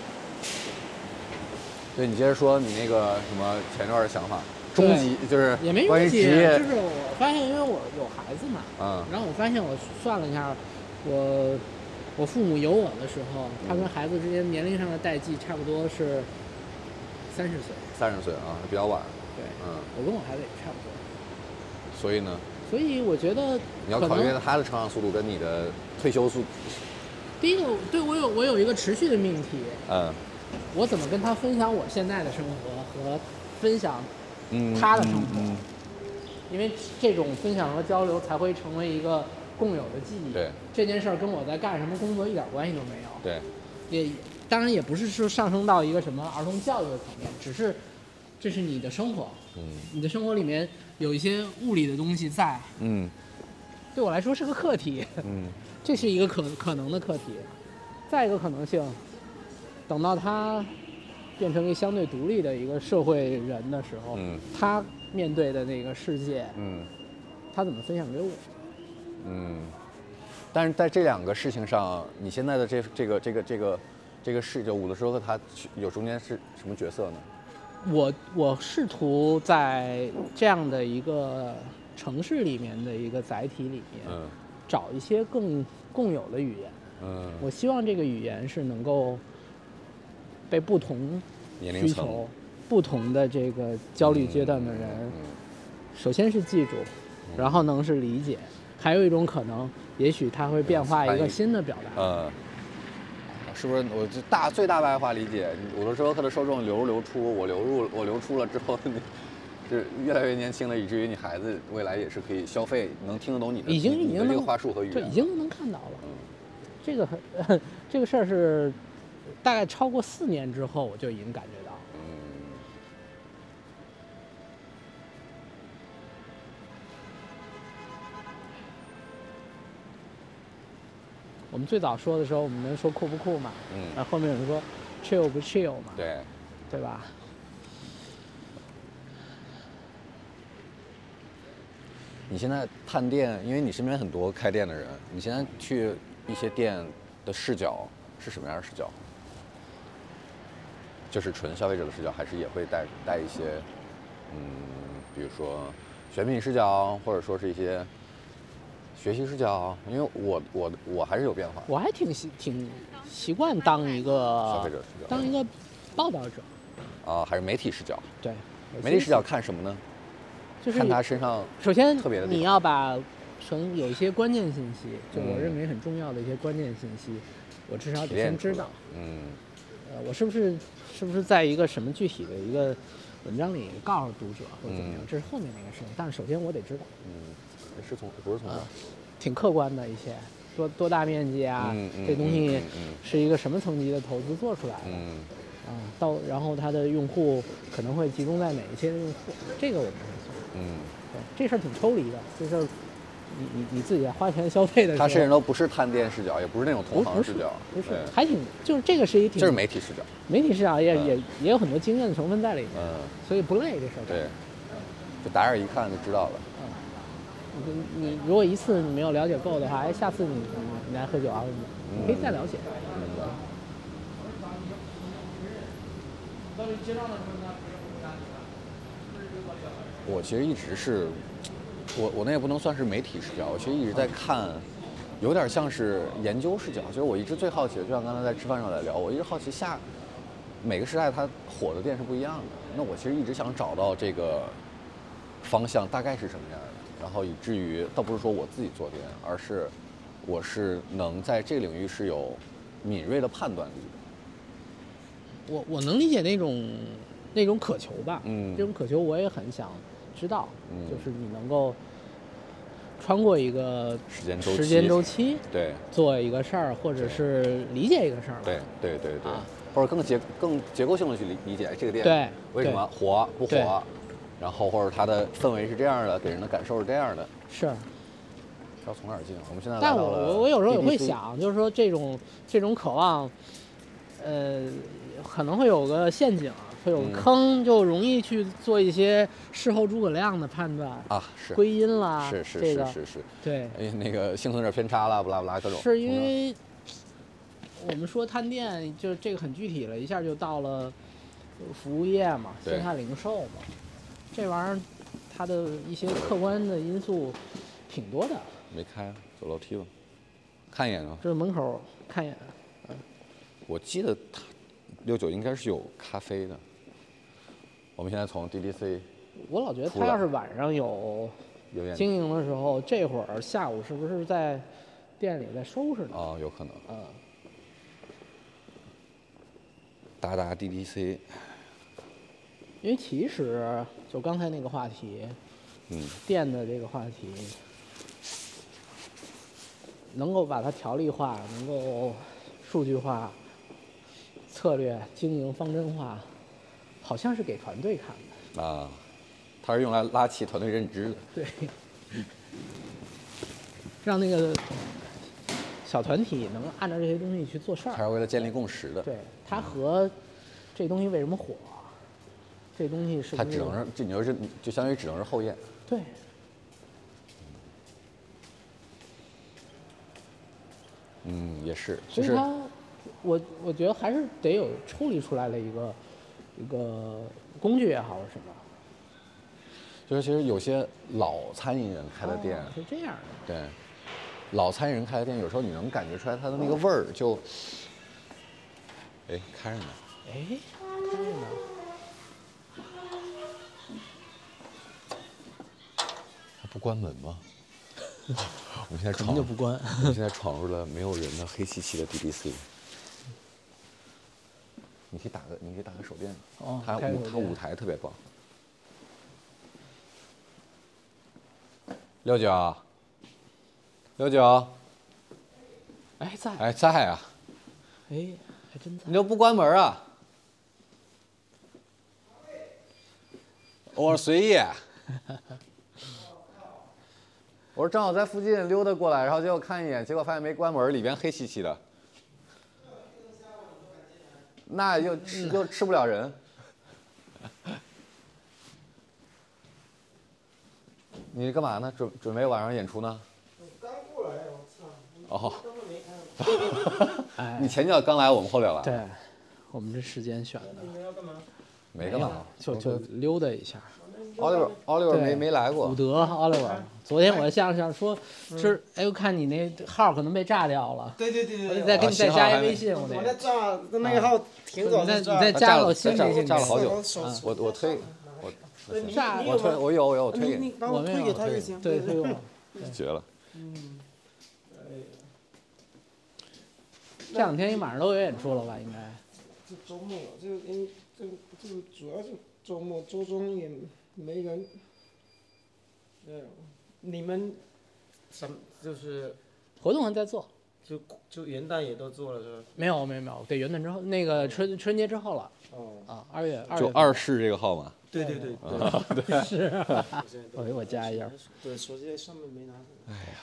对，你接着说你那个什么前段的想法，终极就是也没关于职业， 就是我发现，因为我有孩子嘛， 嗯， 然后我发现我算了一下，我我父母有我的时候，他跟孩子之间年龄上的代际差不多是三十岁， 三十岁啊，比较晚。 对， 嗯， 我跟我孩子也差不多。 所以呢？ 所以我觉得你要考虑他的成长速度跟你的退休速。 第一个，对我有我有一个持续的命题， 嗯， 我怎么跟他分享我现在的生活和分享他的生活， 嗯嗯嗯、 因为这种分享和交流才会成为一个共有的记忆。 对， 这件事儿跟我在干什么工作一点关系都没有。 对， 也当然也不是说上升到一个什么儿童教育的层面，只是这是你的生活， 嗯， 你的生活里面有一些物理的东西在， 嗯， 对我来说是个课题， 嗯， 这是一个可可能的课题。再一个可能性，等到他变成一个相对独立的一个社会人的时候， 嗯， 他面对的那个世界， 嗯， 他怎么分享给我？ 嗯，但是在这两个事情上，你现在的这这个这个这个这个事，就伍德施托克他有中间是什么角色呢？ 我我试图在这样的一个城市里面的一个载体里面， 嗯， 找一些更共有的语言。 嗯， 我希望这个语言是能够被不同需求、不同的这个焦虑阶段的人， 嗯嗯、 首先是记住，嗯、然后能是理解，还有一种可能，也许它会变化一个新的表达。 嗯。是不是我就大最大白话理解，伍德施托克的受众流入流出，我流入我流出了之后，就是越来越年轻了，以至于你孩子未来也是可以消费，能听得懂你的， 已经已经这个话术和语言， 对，已经能看到了。 嗯， 这个很这个事儿是大概超过四年之后，我就已经感觉到。 嗯。 我们最早说的时候，我们能说酷不酷嘛？ 嗯。 然后后面有人说 chill 不 chill 嘛？ 对。 对吧？ 你现在探店，因为你身边很多开店的人，你现在去一些店的视角是什么样的视角？就是纯消费者的视角，还是也会带带一些，嗯，比如说选品视角，或者说是一些学习视角？因为我我我还是有变化。 我还挺习挺习惯当一个消费者视角， 当一个报道者。 啊，还是媒体视角？ 对， 媒体视角看什么呢？ 就是看他身上首先特别的， 你要把成有一些关键信息，就我认为很重要的一些关键信息，嗯、我至少得先知道。 嗯， 呃，我是不是是不是在一个什么具体的一个文章里告诉读者或者怎么样？嗯、这是后面那个事情。但是首先我得知道。 嗯，是从不是从这、呃， 挺客观的一些，多多大面积啊， 嗯嗯、 这东西嗯是一个什么层级的投资做出来的？ 嗯。 啊，到然后它的用户可能会集中在哪一些用户？这个我们会做。 嗯， 对，这事儿挺抽离的，这事儿你你你自己在花钱消费的时候， 他甚至都不是探店视角，也不是那种同行视角， 不是，不是还挺就是这个是一挺就是媒体视角， 媒体视角也、 嗯、 也也有很多经验的成分在里面， 嗯， 所以不累这事儿。 对，就打眼一看就知道了。 嗯，你你如果一次你没有了解够的话，哎，下次你你来喝酒啊，你可以再了解。 嗯。我其实一直是，我我那也不能算是媒体视角，我其实一直在看，有点像是研究视角。就是我一直最好奇的，就像刚才在吃饭上来聊，我一直好奇下每个时代它火的店是不一样的。那我其实一直想找到这个方向大概是什么样的，然后以至于倒不是说我自己做店，而是我是能在这个领域是有敏锐的判断力的。 我我能理解那种那种渴求吧， 嗯， 这种渴求我也很想知道， 嗯， 就是你能够穿过一个时间周期， 时间周期， 对， 做一个事儿，或者是理解一个事儿， 对对对对， 啊、 或者更结更结构性的去理理解这个店， 对， 为什么火不火，然后或者它的氛围是这样的，给人的感受是这样的， 是。 要从哪儿进？我们现在来但到了我我我有时候也会想，就是说这种这种渴望，呃，可能会有个陷阱， 会有坑，就容易去做一些事后诸葛亮的判断啊，是归因啦， 是是这个是是是， 对， 哎，那个幸存者偏差啦，不拉不拉各种。 是因为我们说探店，就这个很具体了，一下就到了服务业嘛，线下零售嘛，这玩意儿它的一些客观的因素挺多的。 没开，走楼梯了，看一眼啊。 这门口看一眼。嗯， 我记得它六九应该是有咖啡的。我们现在从 D D C， 我老觉得他要是晚上有经营的时候，这会儿下午是不是在店里在收拾呢？ 哦，有可能。 嗯。 达达 D D C。 因为其实就刚才那个话题， 嗯， 店的这个话题，能够把它条例化，能够数据化、策略经营方针化，好像是给团队看的啊，它是用来拉起团队认知的。 对，让那个小团体能按照这些东西去做事儿。 它是为了建立共识的。 对，它和这东西为什么火？这东西是它只能是，这你说是，就相当于只能是后验。 对。 嗯，也是。 所以它，我我觉得还是得有抽离出来的一个一个工具也好是什么。 就是其实有些老餐饮人开的店、 哦、是这样的。 对，老餐饮人开的店，有时候你能感觉出来它的那个味儿就，哎，开着呢。 哎，开着呢。 不关门吗？我们现在闯， 就不关。 我们现在闯入了没有人的黑漆漆的 D D C。你可以打个，你可以打个手电。 哦。 它舞，它舞台特别棒。六九，六九。 哎，在。 哎，在啊。 哎，还真在。 你都不关门啊？我说随意。我说正好在附近溜达过来，然后结果看一眼，结果发现没关门，里边黑漆漆的，那又吃又吃不了人。你干嘛呢？准准备晚上演出呢？ 我刚过来，我操！ 哦。 根本没看。 你前脚刚来，我们后脚来。 对，我们这时间选的。 你们要干嘛？ 没干嘛， 就就溜达一下。 Oliver Oliver 没没来过。 伍德 Oliver， 昨天我想想说，是哎，我看你那号可能被炸掉了。 对对对对。 我得再给你再加一微信，我得。 我那炸那个号挺早就炸。 你再加了新微信。 炸了好久。我我推我。 炸我推我有我有我推给你。帮我推给他就行。 对，推我。 绝了。 嗯。 这两天你马上都有演出了吧？应该。 这周末这因这这主要是周末，周中也没人。对，你们什就是活动还在做， 就就元旦也都做了是吧？ 没有没有没有，对，元旦之后那个春春节之后了。 哦。 啊，二月二月。 就二世这个号码。 对对对对。对是。我给我加一下。 对，手机在上面没拿。 哎呀。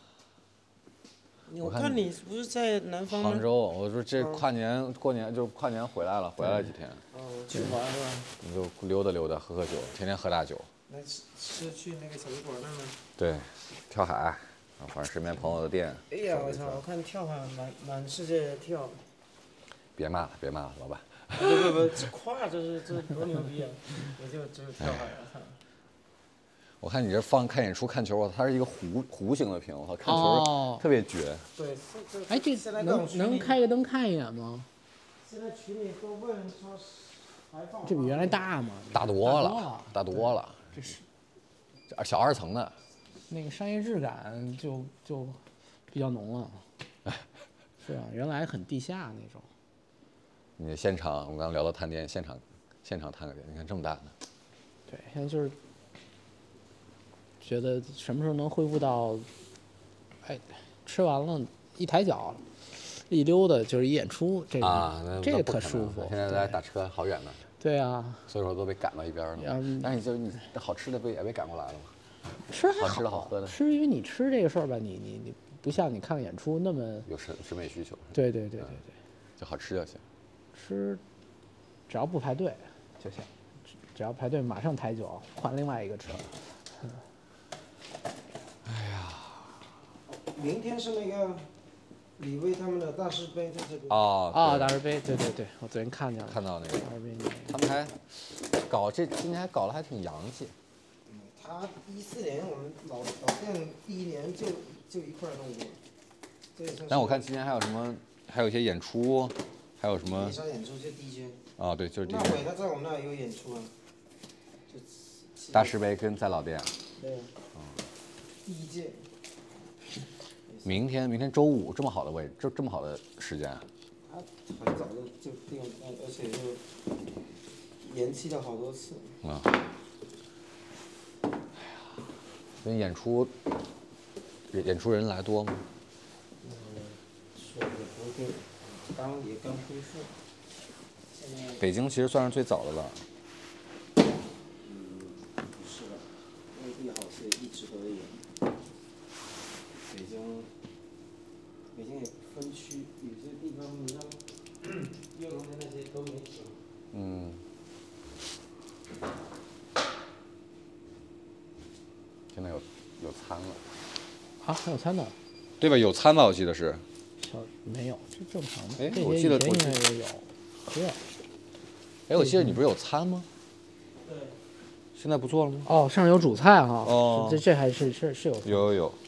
我看你不是在南方吗？ 杭州，我说这跨年过年就跨年回来了，回来了几天。 哦，去玩是吧？ 你就溜达溜达，喝喝酒，天天喝大酒。 那是是去那个小旅馆那吗？ 对，跳海，然后反正身边朋友的店。 哎呀，我操！我看跳海满满世界跳。 别骂了，别骂了，老板。 不不不，这跨这是这多牛逼啊！也就只有跳海了。 我看你这放看演出看球，它是一个弧弧形的屏，我操，看球特别绝。 对， 哎，这能能开个灯看一眼吗？ 现在群里都问说还放。 这比原来大吗？ 大多了，大多了。 这是小二层的。 那个商业质感就就比较浓了。是啊，原来很地下那种。 你现场，我们刚刚聊到探店，现场现场探个店，你看这么大的。 对，现在就是。觉得什么时候能恢复到，哎，吃完了，一抬脚，一溜达就是一演出，这个、 啊、 这个特舒服。 现在在打车好远呢。 对啊， 所以说都被赶到一边了。嗯、但是你就你好吃的不也被赶过来了吗？ 吃好吃的好喝的。 吃，因为你吃这个事儿吧，你你你不像你看演出那么有审审美需求。 对对对对对， 就好吃就行。 吃，只要不排队。 就行，只要排队马上抬酒，换另外一个车。嗯、 哎呀， 明天是那个李威他们的大师杯在这边。 哦哦，大师杯，对对对，我昨天看见了， 看到那个大师杯， 他们还搞这今年还搞得还挺洋气。 嗯，他一四年我们老老店第一年就就一块弄过。 但我看今年还有什么，还有一些演出，还有什么？ 美商演出就 D J。 啊，对，就是 D J。 那会他在我们那有演出啊。就大师杯跟在老店。 对。嗯。第一届。 明天，明天周五这么好的位置，这这么好的时间。 他很早就就定，而且就延期了好多次。 啊。哎呀，那演出，演出人来多吗？ 嗯，说也不定，刚也刚恢复。 北京其实算是最早的了。 嗯，不是的，内地好像一直都有演。北京，北京也分区，有些地方你像岳龙的那些都没停。 嗯。现在有有餐了。 啊，还有餐呢？ 对吧？有餐吧？我记得是。 小没有，这正常的。 哎，我记得我记得有。对。 哎，我记得你不是有餐吗？ 对。 现在不做了吗？ 哦，上面有主菜哈。 哦。 这这还是是是有。 有有有。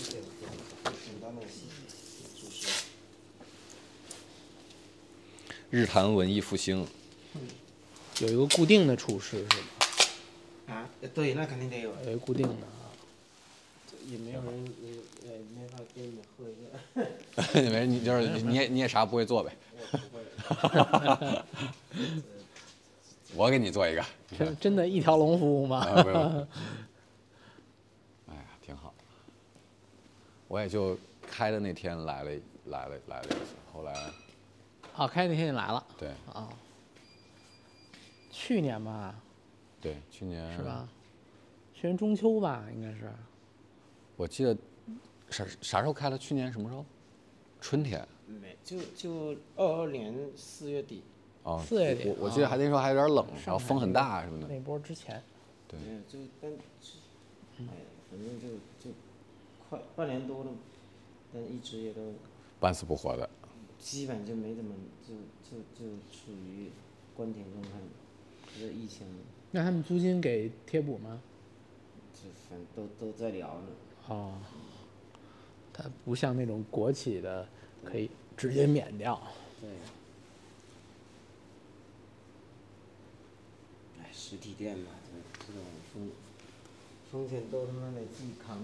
日坛文艺复兴。 嗯。有一个固定的厨师是吧？ 啊，对，那肯定得有。 有一个固定的啊。 也没有人，也也没法跟你喝一个。 没人，你就是你也你也啥不会做呗。 我不会。 我给你做一个。 真真的一条龙服务吗？ 啊，不用。哎呀，挺好。我也就开的那天来了来了来了一次，后来。 啊，开那天你来了。 对。 啊。去年吧。 对，去年。 是吧？去年中秋吧，应该是。 我记得啥啥时候开的？去年什么时候？春天。 没，就就二二年四月底。 哦， 四月底。 我我记得还那时候还有点冷，然后风很大什么的。 那波之前。 对。 就但，哎，反正就就快半年多了，但一直也都。 半死不活的。 基本就没怎么，就就就处于关停状态，这疫情。 那他们租金给贴补吗？ 就反正都都在聊呢。 哦。它不像那种国企的，可以直接免掉。 对。哎，实体店嘛，这这种风风险都他妈得自己扛。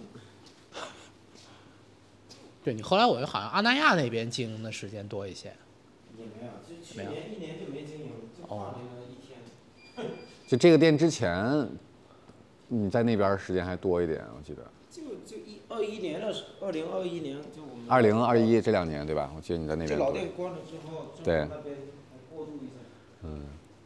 对你后来我好像阿那亚那边经营的时间多一些。 也没有，就去年一年就没经营，就跨年了一天。 就这个店之前，你在那边时间还多一点，我记得。 就就一二一年的时，二零二一年就我们。 二零二一这两年对吧？我记得你在那边。 就老店关了之后， 对。 那边过渡一下。 嗯。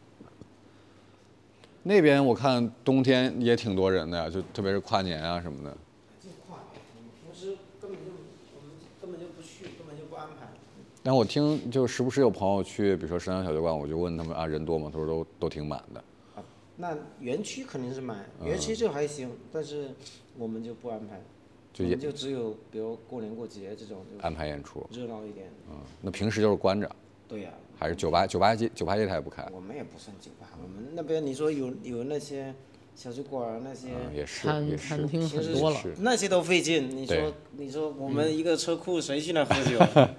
那边我看冬天也挺多人的呀，就特别是跨年啊什么的。 就跨年，平时根本就我们根本就不去，根本就不安排。 但我听就时不时有朋友去，比如说山羊小酒馆，我就问他们啊人多吗？他说都都挺满的。 啊，那园区肯定是满，园区就还行，嗯、但是我们就不安排，就也就只有比如过年过节这种安排演出， 热闹一点。 嗯，那平时就是关着。 对呀、啊。 还是酒吧，酒吧街酒吧街他也不开。 我们也不算酒吧，我们那边你说有有那些小酒馆那些、 嗯、也是餐餐厅很多了， 那些都费劲。你说你说我们一个车库谁去那喝酒？嗯、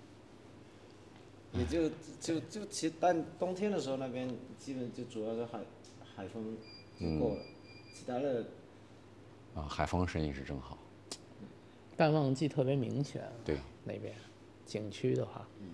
也就就就其实但冬天的时候那边基本就主要是海海风就够了，嗯、其他的啊海风生意是真好， 淡旺季特别明显。 对， 那边景区的话。 嗯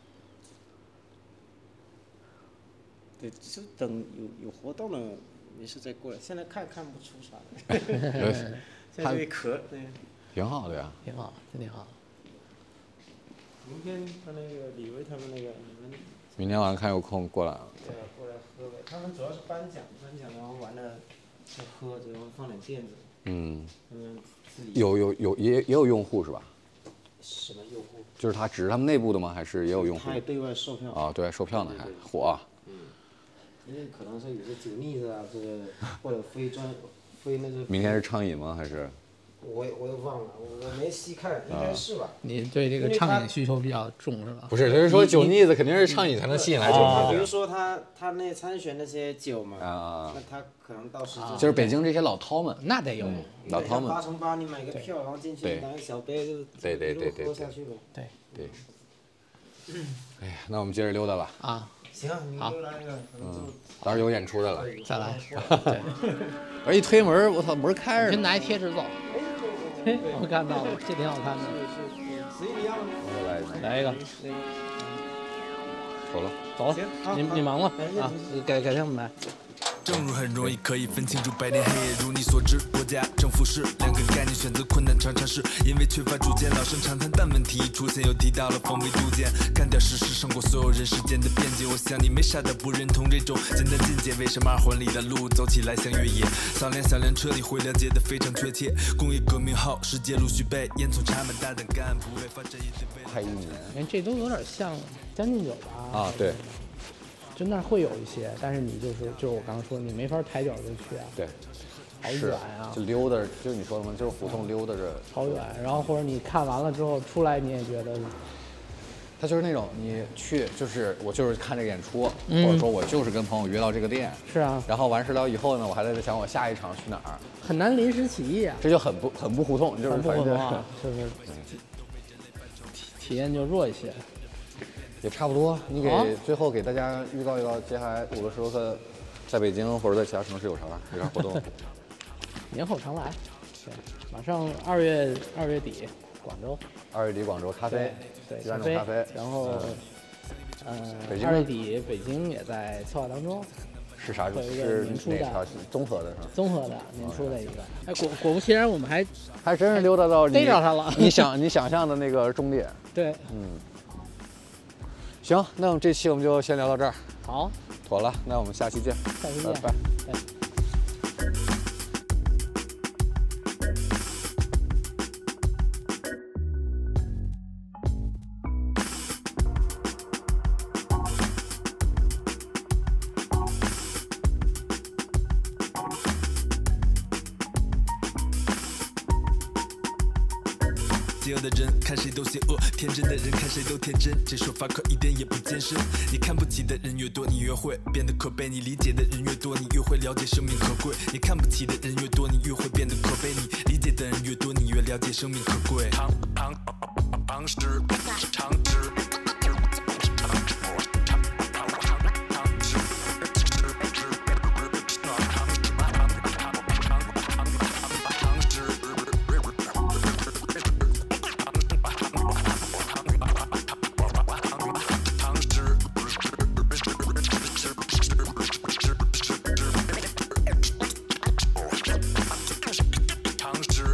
对，就等有有活动了，没事再过来。现在看看不出啥来，现在就一壳，对。 挺好的呀。 挺好，真挺好。 明天他那个李威他们那个你们。 明天晚上看有空过来。 对啊，过来喝呗。他们主要是颁奖，颁奖然后完了就喝，然后放点垫子。嗯。嗯。 有有有也也有用户是吧？ 什么用户？ 就是他只是他们内部的吗？还是也有用户？ 他还对外售票。 啊，对外售票呢，还火。 因为可能是有些酒腻子啊，这个或者非专非那个。 明天是畅饮吗？还是？ 我我也忘了，我我没细看，应该是吧。 你对这个畅饮需求比较重是吧？ 不是，就是说酒腻子肯定是畅饮才能吸引来酒他腻子。 比如说他他那参选那些酒嘛， 啊， 那他可能到时就是北京这些老饕们， 那得有老饕们。 八乘八，你买个票，然后进去拿个小杯就对对对对喝下去呗。 对对。哎呀，那我们接着溜达吧。 啊。 行，你又来一个， 嗯，到时候有演出的了， 再来。 对。而一推门，我操，门开着。 先拿一贴纸走。我看到了，这挺好看的。 我来来一个。 走了， 走了，你你忙吧啊，改改天我们来。 正如很容易可以分清楚白天黑夜，如你所知，国家政府是两个概念，选择困难常常是因为缺乏主见，老生常谈，但问题一出现又提到了防微杜渐，干掉事实胜过所有人世间的边界。我想你没傻的不认同这种简单境界，为什么二环里的路走起来像越野？扫辆小辆车你会了解的非常确切。工业革命后，世界陆续被烟囱插满，大胆干不为发展也得为。 快一年， 哎，这都有点像将进酒吧啊，对。 就那会有一些，但是你就是就是我刚刚说，你没法抬脚就去啊。 对， 好远啊！ 就溜达，就你说的嘛，就是胡同溜达着。 好远，然后或者你看完了之后出来，你也觉得， 他就是那种你去，就是我就是看这个演出，嗯、或者说我就是跟朋友约到这个店。 是啊。 然后完事了以后呢，我还在想我下一场去哪儿。 很难临时起意啊。 这就很不很不胡同，就是很不胡同啊，就是体体验就弱一些。 也差不多，你给最后给大家预告预告，接下来五个时候课在北京或者在其他城市有啥有啥活动？ 年后常来，对，马上二月二月底广州， 二月底广州咖啡， 对， 咖啡，咖啡， 然后，呃， 北京二月底北京也在策划当中。 是啥？ 会有一个是年初的， 综合的是吧？ 综合的年初的一个。哎，果果不其然，我们还还真是溜达到逮着他了。 你想你想象的那个终点。 对， 嗯。行，那我们这期我们就先聊到这儿。 好， 妥了，那我们下期见。 下期见， 拜拜。 拜。 邪恶的人看谁都邪恶，天真的人看谁都天真，这说法可一点也不艰深。你看不起的人越多，你越会变得可悲；你理解的人越多，你越会了解生命可贵。你看不起的人越多，你越会变得可悲；你理解的人越多，你越了解生命可贵。常常常识常识。常识